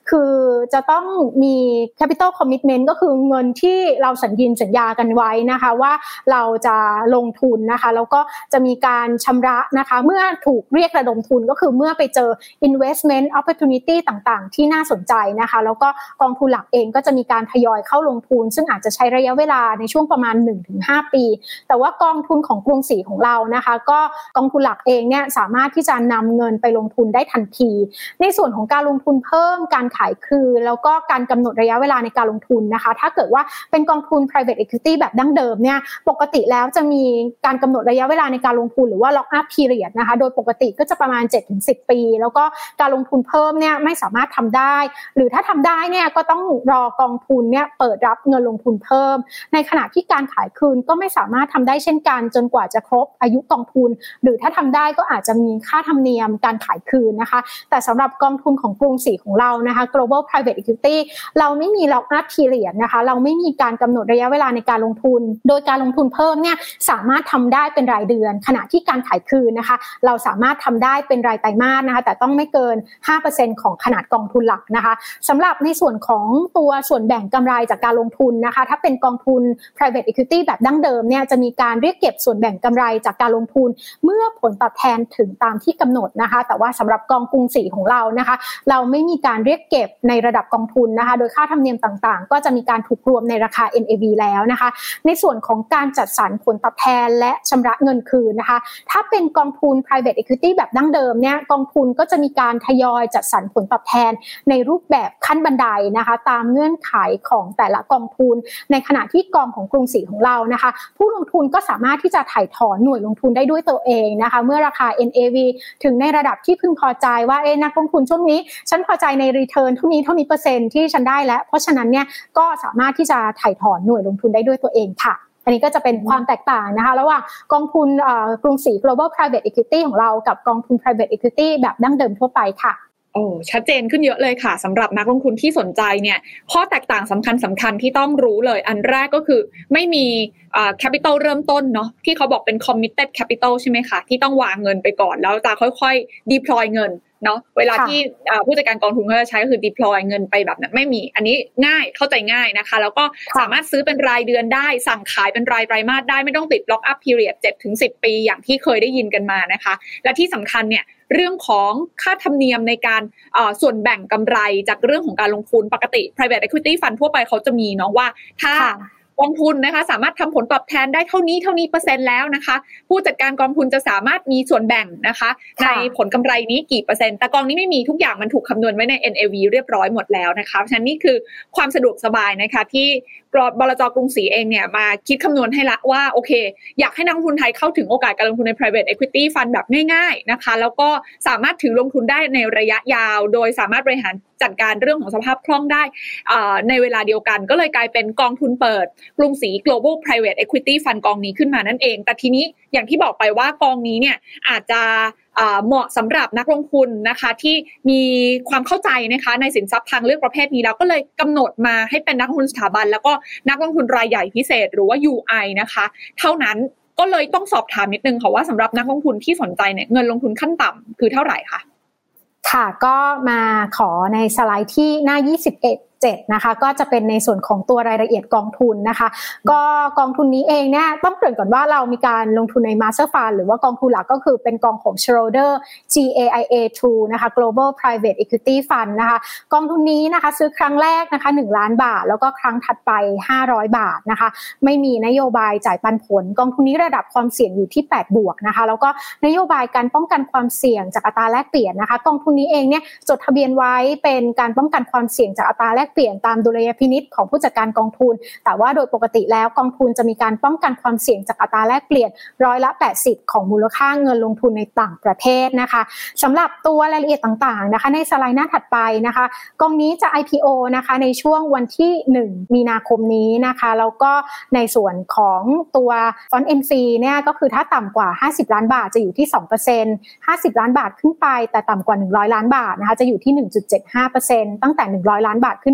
คือจะต้องมี capital commitment ก็คือเงินที่เราสัญญิงสัญญากันไว้นะคะว่าเราจะลงทุนนะคะแล้วก็จะมีการชำระนะคะเมื่อถูกเรียกระดมทุนก็คือเมื่อไปเจอ investment opportunity ต่างๆที่น่าสนใจนะคะแล้วก็กองทุนหลักเองก็จะมีการทยอยเข้าลงทุนซึ่งอาจจะใช้ระยะเวลาในช่วงประมาณ หนึ่งถึงห้า ปีแต่ว่ากองทุนของกรุงศรีของเรานะคะก็กองทุนหลักเองเนี่ยสามารถที่จะนำเงินไปลงทุนได้ทันทีในส่วนของการลงทุนเพิ่มการขายคืนแล้วก็การกำหนดระยะเวลาในการลงทุนนะคะถ้าเกิดว่าเป็นกองทุน private equity แบบดั้งเดิมเนี่ยปกติแล้วจะมีการกำหนดระยะเวลาในการลงทุนหรือว่า lock up period นะคะโดยปกติก็จะประมาณ เจ็ดถึงสิบ ปีแล้วก็การลงทุนเพิ่มเนี่ยไม่สามารถทำได้หรือถ้าทำได้เนี่ยก็ต้องรอกองทุนเนี่ยเปิดรับเงินลงทุนเพิ่มในขณะที่การขายคืนก็ไม่สามารถทำได้เช่นกันจนกว่าจะครบอายุกองทุนหรือถ้าทำได้ก็อาจจะมีค่าธรรมเนียมการขายคืนนะคะแต่สำหรับกองทุนของกรุงศรีของเรานะคะ Global Private Equity เราไม่มี lock up period นะคะเราไม่มีการกำหนดระยะเวลาในการลงทุนโดยการลงทุนเพิ่มเนี่ยสามารถทำได้เป็นรายเดือนขณะที่การขายคืนนะคะเราสามารถทำได้เป็นรายไตรมาสนะคะแต่ต้องไม่เกิน ห้าเปอร์เซ็นต์ ของขนาดกองทุนหลักนะคะสำหรับในส่วนของตัวส่วนแบ่งกำไรจากการลงทุนนะคะถ้าเป็นกองทุน private equity แบบดั้งเดิมเนี่ยจะมีการเรียกเก็บส่วนแบ่งกำไรจากการลงทุนเมื่อผลตอบแทนถึงตามที่กำหนดนะคะแต่ว่าสำหรับกองกรุงศรีของเรานะคะเราไม่มีการเรียกเก็บในระดับกองทุนนะคะโดยค่าธรรมเนียมต่างๆก็จะมีการถูกรวมในราคา เอ็น เอ วี แล้วนะคะในส่วนของการจัดสรรผลตอบแทนและชำระเงินคืนนะคะถ้าเป็นกองทุน private equity แบบดั้งเดิมเนี่ยกองทุนก็จะมีการทยอยจัดสรรผลตอบแทนในรูปแบบขั้นบันไดนะคะตามเงื่อนไขของแต่ละกองทุนในขณะที่กองของกรุงศรีของเรานะคะผู้ลงทุนก็สามารถที่จะถ่ายถอนหน่วยลงทุนได้ด้วยตัวเองนะคะเมื่อราคา เอ็น เอ วี ถึงในระดับที่พึงพอใจว่าเอ๊ะนักลงทุนช่วงนี้ฉันพอใจในรีเทิร์นเท่านี้เท่านี้เปอร์เซ็นต์ที่ฉันได้แล้วเพราะฉะนั้นเนี่ยก็สามารถที่จะถ่ายถอนหน่วยลงทุนได้ด้วยตัวเองค่ะอันนี้ก็จะเป็นความแตกต่างนะคะระหว่างกองทุนกรุงศรี Global Private Equity ของเรากับกองทุน Private Equity แบบดั้งเดิมทั่วไปค่ะ
โอ้ชัดเจนขึ้นเยอะเลยค่ะสำหรับนักลงทุนที่สนใจเนี่ยข้อแตกต่างสำคัญสำคัญที่ต้องรู้เลยอันแรกก็คือไม่มีอ่า capital เริ่มต้นเนาะที่เขาบอกเป็น committed capital ใช่ไหมคะที่ต้องวางเงินไปก่อนแล้วจะค่อยๆ deploy เงินเนาะเวลาที่ผู้จัดการกองทุนเขาจะใช้ก็คือ deploy เงินไปแบบนั้นไม่มีอันนี้ง่ายเข้าใจง่ายนะคะแล้วก็สามารถซื้อเป็นรายเดือนได้สั่งขายเป็นรายไตรมาสได้ไม่ต้องติด lock up period เจ็ดถึงสิบ ปีอย่างที่เคยได้ยินกันมานะคะและที่สำคัญเนี่ยเรื่องของค่าธรรมเนียมในการส่วนแบ่งกำไรจากเรื่องของการลงทุนปกติ private equity fund ทั่วไปเขาจะมีเนาะว่าถ้ากองทุนนะคะสามารถทำผลตอบแทนได้เท่านี้เท่านี้เปอร์เซ็นต์แล้วนะคะผู้จัดการกองทุนจะสามารถมีส่วนแบ่งนะคะในผลกำไรนี้กี่เปอร์เซ็นต์แต่กองนี้ไม่มีทุกอย่างมันถูกคำนวณไว้ใน เอ็น เอ วี เรียบร้อยหมดแล้วนะคะเพราะฉะนั้นนี่คือความสะดวกสบายนะคะที่บลจ.กรุงศรีเองเนี่ยมาคิดคำนวณให้ละว่าโอเคอยากให้นักลงทุนไทยเข้าถึงโอกาสการลงทุนใน private equity fund แบบง่ายๆนะคะแล้วก็สามารถถือลงทุนได้ในระยะยาวโดยสามารถบริหารจัดการเรื่องของสภาพคล่องได้ในเวลาเดียวกันก็เลยกลายเป็นกองทุนเปิดกรุงศรี global private equity fund กองนี้ขึ้นมานั่นเองแต่ทีนี้อย่างที่บอกไปว่ากองนี้เนี่ยอาจจะเหมาะสำหรับนักลงทุนนะคะที่มีความเข้าใจนะคะในสินทรัพย์ทางเลือกประเภทนี้แล้วก็เลยกำหนดมาให้เป็นนักลงทุนสถาบันแล้วก็นักลงทุนรายใหญ่พิเศษหรือว่า ยู ไอ นะคะเท่านั้นก็เลยต้องสอบถามนิดนึงค่ะว่าสำหรับนักลงทุนที่สนใจเนี่ยเงินลงทุนขั้นต่ำคือเท่าไหร่คะ
ค่ะก็มาขอในสไลด์ที่หน้ายี่สิบเอ็ด เจ็ดนะคะก็จะเป็นในส่วนของตัวรายละเอียดกองทุนนะคะก็กองทุนนี้เองเนี่ยต้องเกริ่นก่อนว่าเรามีการลงทุนใน Master Fund หรือว่ากองทุนหลักก็คือเป็นกองของ Schroder จี เอ ไอ เอ ทูนะคะ Global Private Equity Fund นะคะกองทุนนี้นะคะซื้อครั้งแรกนะคะหนึ่งล้านบาทแล้วก็ครั้งถัดไปห้าร้อยบาทนะคะไม่มีนโยบายจ่ายปันผลกองทุนนี้ระดับความเสี่ยงอยู่ที่แปดบวกนะคะแล้วก็นโยบายการป้องกันความเสี่ยงจากอัตราแลกเปลี่ยนนะคะกองทุนนี้เองเนี่ยจดทะเบียนไว้เป็นการป้องกันความเสี่ยงจากอัตราแลกเปลี่ยนตามดุลยพินิจของผู้จัดการกองทุนแต่ว่าโดยปกติแล้วกองทุนจะมีการป้องกันความเสี่ยงจากอัตราแลกเปลี่ยนร้อยละแปดสิบของมูลค่าเงินลงทุนในต่างประเทศนะคะสำหรับตัวรายละเอียดต่างๆนะคะในสไลด์หน้าถัดไปนะคะกองนี้จะ ไอ พี โอ นะคะในช่วงวันที่หนึ่งมีนาคมนี้นะคะแล้วก็ในส่วนของตัวฟอนต์ เอ็น ซี เนี่ยก็คือถ้าต่ำกว่าห้าสิบล้านบาทจะอยู่ที่ สองเปอร์เซ็นต์ ห้าสิบล้านบาทขึ้นไปแต่ต่ำกว่าหนึ่งร้อยล้านบาทนะคะจะอยู่ที่ หนึ่งจุดเจ็ดห้าเปอร์เซ็นต์ ตั้งแต่หนึ่งร้อยล้านบาทขึ้น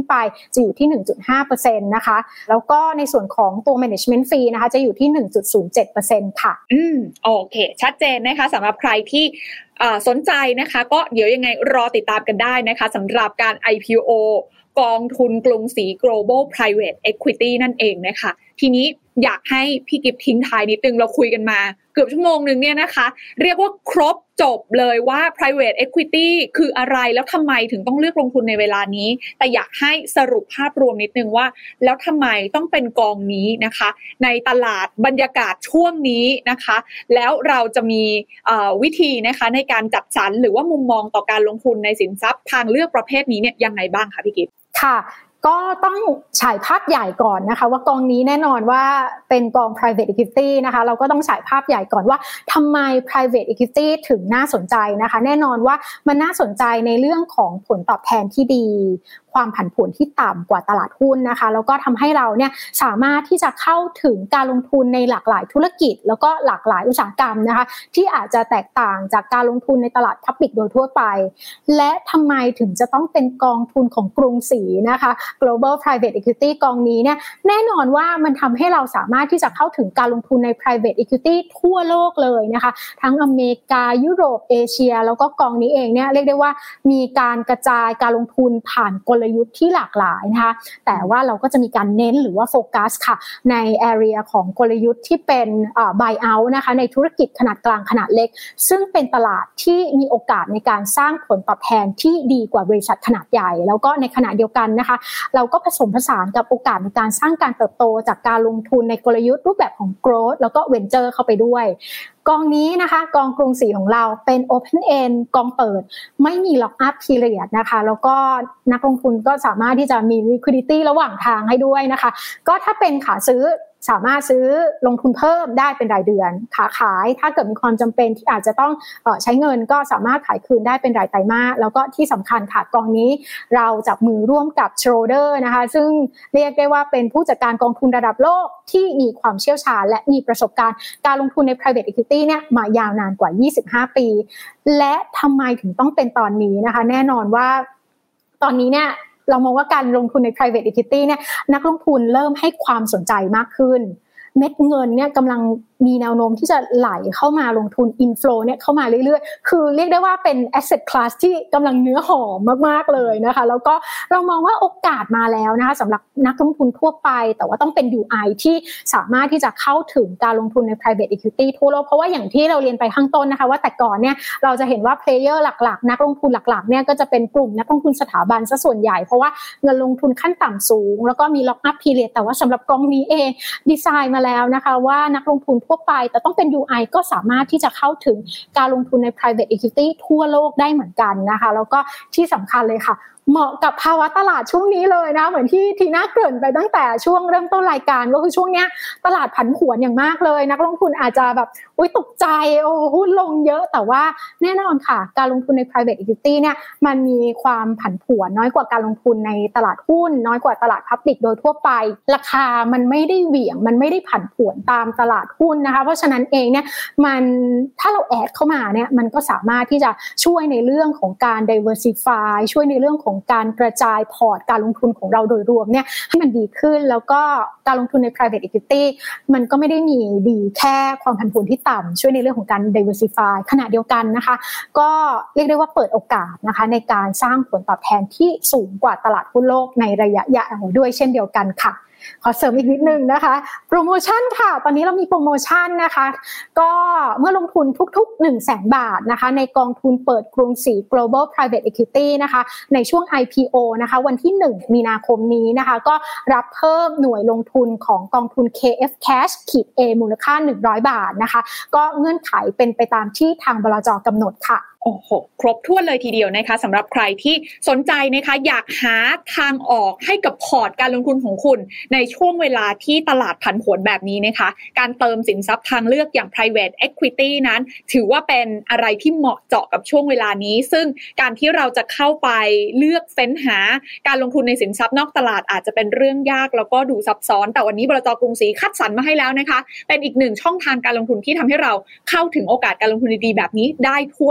ไปจะอยู่ที่ หนึ่งจุดห้าเปอร์เซ็นต์ นะคะแล้วก็ในส่วนของตัว management fee นะคะจะอยู่ที่ หนึ่งจุดศูนย์เจ็ดเปอร์เซ็นต์ ค่ะ
อืมโอเคชัดเจนนะคะสำหรับใครที่สนใจนะคะก็เดี๋ยวยังไงรอติดตามกันได้นะคะสำหรับการ ไอ พี โอ กองทุนกรุงศรี Global Private Equity นั่นเองนะคะทีนี้อยากให้พี่กิฟทิ้งท้ายนิดนึงเราคุยกันมาเกือบชั่วโมงนึงเนี่ยนะคะเรียกว่าครบจบเลยว่า private equity คืออะไรแล้วทำไมถึงต้องเลือกลงทุนในเวลานี้แต่อยากให้สรุปภาพรวมนิดนึงว่าแล้วทำไมต้องเป็นกองนี้นะคะในตลาดบรรยากาศช่วงนี้นะคะแล้วเราจะมีวิธีนะคะในการจัดสรรหรือว่ามุมมองต่อการลงทุนในสินทรัพย์ทางเลือกประเภทนี้เนี่ยยังไงบ้างคะพี่กิฟ
ค่ะก็ต้องฉายภาพใหญ่ก่อนนะคะว่ากองนี้แน่นอนว่าเป็นกอง private equity นะคะเราก็ต้องฉายภาพใหญ่ก่อนว่าทำไม private equity ถึงน่าสนใจนะคะแน่นอนว่ามันน่าสนใจในเรื่องของผลตอบแทนที่ดีความผันผวนที่ต่ำกว่าตลาดหุ้นนะคะแล้วก็ทำให้เราเนี่ยสามารถที่จะเข้าถึงการลงทุนในหลากหลายธุรกิจแล้วก็หลากหลายอุตสาหกรรมนะคะที่อาจจะแตกต่างจากการลงทุนในตลาด Public โดยทั่วไปและทำไมถึงจะต้องเป็นกองทุนของกรุงศรีนะคะ Global Private Equity กองนี้เนี่ยแน่นอนว่ามันทำให้เราสามารถที่จะเข้าถึงการลงทุนใน Private Equity ทั่วโลกเลยนะคะทั้งอเมริกายุโรปเอเชียแล้วก็กองนี้เองเนี่ยเรียกได้ว่ามีการกระจายการลงทุนผ่านกลยุทธ์ที่หลากหลายนะคะแต่ว่าเราก็จะมีการเน้นหรือว่าโฟกัสค่ะใน area ของกลยุทธ์ที่เป็นเอ่อ buy out นะคะในธุรกิจขนาดกลางขนาดเล็กซึ่งเป็นตลาดที่มีโอกาสในการสร้างผลตอบแทนที่ดีกว่าบริษัทขนาดใหญ่แล้วก็ในขณะเดียวกันนะคะเราก็ผสมผสานกับโอกาสในการสร้างการเติบโตจากการลงทุนในกลยุทธ์รูปแบบของ growth แล้วก็ venture เข้าไปด้วยกองนี้นะคะกองกรุงศรีของเราเป็น Open End กองเปิดไม่มี Lock Up Period นะคะแล้วก็นักลงทุนก็สามารถที่จะมี Liquidity ระหว่างทางให้ด้วยนะคะก็ถ้าเป็นขาซื้อสามารถซื้อลงทุนเพิ่มได้เป็นรายเดือนขาขายถ้าเกิดมีความจำเป็นที่อาจจะต้องเอ่อใช้เงินก็สามารถขายคืนได้เป็นรายไตรมาสแล้วก็ที่สำคัญค่ะกองนี้เราจับมือร่วมกับ Schroder นะคะซึ่งเรียกได้ว่าเป็นผู้จัดการกองทุนระดับโลกที่มีความเชี่ยวชาญและมีประสบการณ์การลงทุนใน private equity เนี่ยมายาวนานกว่ายี่สิบห้าปีและทำไมถึงต้องเป็นตอนนี้นะคะแน่นอนว่าตอนนี้เนี่ยเรามองว่าการลงทุนใน private equity เนี่ยนักลงทุนเริ่มให้ความสนใจมากขึ้นเม็ดเงินเนี่ยกำลังมีแนวโน้มที่จะไหลเข้ามาลงทุน inflow เนี่ยเข้ามาเรื่อยๆคือเรียกได้ว่าเป็น asset class ที่กำลังเนื้อหอมมากๆเลยนะคะแล้วก็เรามองว่าโอกาสมาแล้วนะคะสำหรับนักลงทุนทั่วไปแต่ว่าต้องเป็น ยู ไอ ที่สามารถที่จะเข้าถึงการลงทุนใน private equity ทั่วโลกเพราะว่าอย่างที่เราเรียนไปข้างต้นนะคะว่าแต่ก่อนเนี่ยเราจะเห็นว่า player หลักๆนักลงทุนหลักๆเนี่ยก็จะเป็นกลุ่มนักลงทุนสถาบันซะส่วนใหญ่เพราะว่าเงินลงทุนขั้นต่ำสูงแล้วก็มี lock up period แต่ว่าสำหรับกองนี้เองดีไซน์มาแล้วนะคะว่านักลงทุนทั่วไปแต่ต้องเป็น ยู ไอ ก็สามารถที่จะเข้าถึงการลงทุนใน private equity ทั่วโลกได้เหมือนกันนะคะแล้วก็ที่สำคัญเลยค่ะเหมาะกับภาวะตลาดช่วงนี้เลยนะเหมือนที่ทีน่าเกริ่นไปตั้งแต่ช่วงเริ่มต้นรายการก็คือช่วงเนี้ยตลาดผันผวนอย่างมากเลยนักลงทุนอาจจะแบบอุ๊ยตกใจโอ้หุ้นลงเยอะแต่ว่าแน่นอนค่ะการลงทุนใน private equity เนี่ยมันมีความผันผวนน้อยกว่าการลงทุนในตลาดหุ้นน้อยกว่าตลาด public โดยทั่วไปราคามันไม่ได้เหวี่ยงมันไม่ได้ผันผวนตามตลาดหุ้นนะคะเพราะฉะนั้นเองเนี่ยมันถ้าเราแอดเข้ามาเนี่ยมันก็สามารถที่จะช่วยในเรื่องของการ diversify ช่วยในเรื่องของการกระจายพอร์ตการลงทุนของเราโดยรวมเนี่ยให้มันดีขึ้นแล้วก็การลงทุนใน private equity มันก็ไม่ได้มีดีแค่ความผันผวนที่ต่ำช่วยในเรื่องของการ diversify ขณะเดียวกันนะคะก็เรียกได้ว่าเปิดโอกาสนะคะในการสร้างผลตอบแทนที่สูงกว่าตลาดหุ้นโลกในระยะยาวด้วยเช่นเดียวกันค่ะขอเสริมอีกนิดนึงนะคะโปรโมชั่นค่ะตอนนี้เรามีโปรโมชั่นนะคะก็เมื่อลงทุนทุกๆ หนึ่งแสน บาทนะคะในกองทุนเปิดกรุงศรี Global Private Equity นะคะในช่วง ไอ พี โอ นะคะวันที่หนึ่งมีนาคมนี้นะคะก็รับเพิ่มหน่วยลงทุนของกองทุน เค เอฟ Cash A มูลค่าหนึ่งร้อยบาทนะคะก็เงื่อนไขเป็นไปตามที่ทางบลจ.กำหนดค่ะ
โอ้โหครบถ้วนเลยทีเดียวนะคะสำหรับใครที่สนใจนะคะอยากหาทางออกให้กับพอร์ตการลงทุนของคุณในช่วงเวลาที่ตลาดผันผวนแบบนี้นะคะการเติมสินทรัพย์ทางเลือกอย่าง private equity นั้นถือว่าเป็นอะไรที่เหมาะเจาะกับช่วงเวลานี้ซึ่งการที่เราจะเข้าไปเลือกเฟ้นหาการลงทุนในสินทรัพย์นอกตลาดอาจจะเป็นเรื่องยากแล้วก็ดูซับซ้อนแต่วันนี้บลจ.กรุงศรีคัดสรรมาให้แล้วนะคะเป็นอีกหนึ่งช่องทางการลงทุนที่ทำให้เราเข้าถึงโอกาสการลงทุนดีๆแบบนี้ได้ทั่วโลก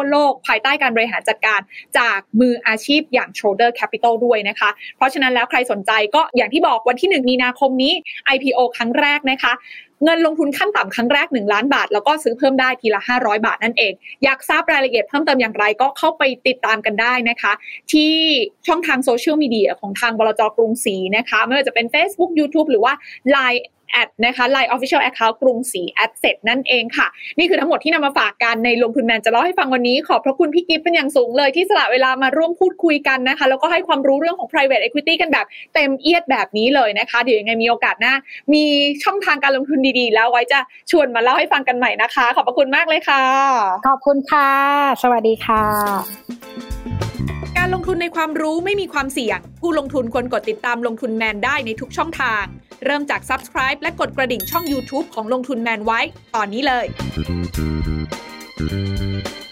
ภายใต้การบริหารจัดการจากมืออาชีพอย่าง Shoulder Capital ด้วยนะคะเพราะฉะนั้นแล้วใครสนใจก็อย่างที่บอกวันที่หนึ่งมีนาคมนี้ ไอ พี โอ ครั้งแรกนะคะเงินลงทุนขั้นต่ำครั้งแรกหนึ่งล้านบาทแล้วก็ซื้อเพิ่มได้ทีละห้าร้อยบาทนั่นเองอยากทราบรายละเอียดเพิ่มเติมอย่างไรก็เข้าไปติดตามกันได้นะคะที่ช่องทางโซเชียลมีเดียของทางบลจ.กรุงศรีนะคะไม่ว่าจะเป็น Facebook YouTube หรือว่า ไลน์ แอดนะคะ ไลน์ Official Account กรุงศรี Asset นั่นเองค่ะนี่คือทั้งหมดที่นำมาฝากกันในลงทุนแมนจะเล่าให้ฟังวันนี้ขอบพระคุณพี่กิฟต์เป็นอย่างสูงเลยที่สละเวลามาร่วมพูดคุยกันนะคะแล้วก็ให้ความรู้เรื่องของ private equity กันแบบเต็มเอียดแบบนี้เลยนะคะเดี๋ยวยังไงมีโอกาสหน้ามีช่องทางการลงทุนดีๆแล้วไว้จะชวนมาเล่าให้ฟังกันใหม่นะคะขอบพระคุณมากเลยค่ะ
ขอบคุณค่ะสวัสดีค่ะ
การลงทุนในความรู้ไม่มีความเสี่ยงผู้ลงทุนควรกดติดตามลงทุนแมนได้ในทุกช่องทางเริ่มจาก Subscribe และกดกระดิ่งช่อง YouTube ของลงทุนแมนไว้ตอนนี้เลย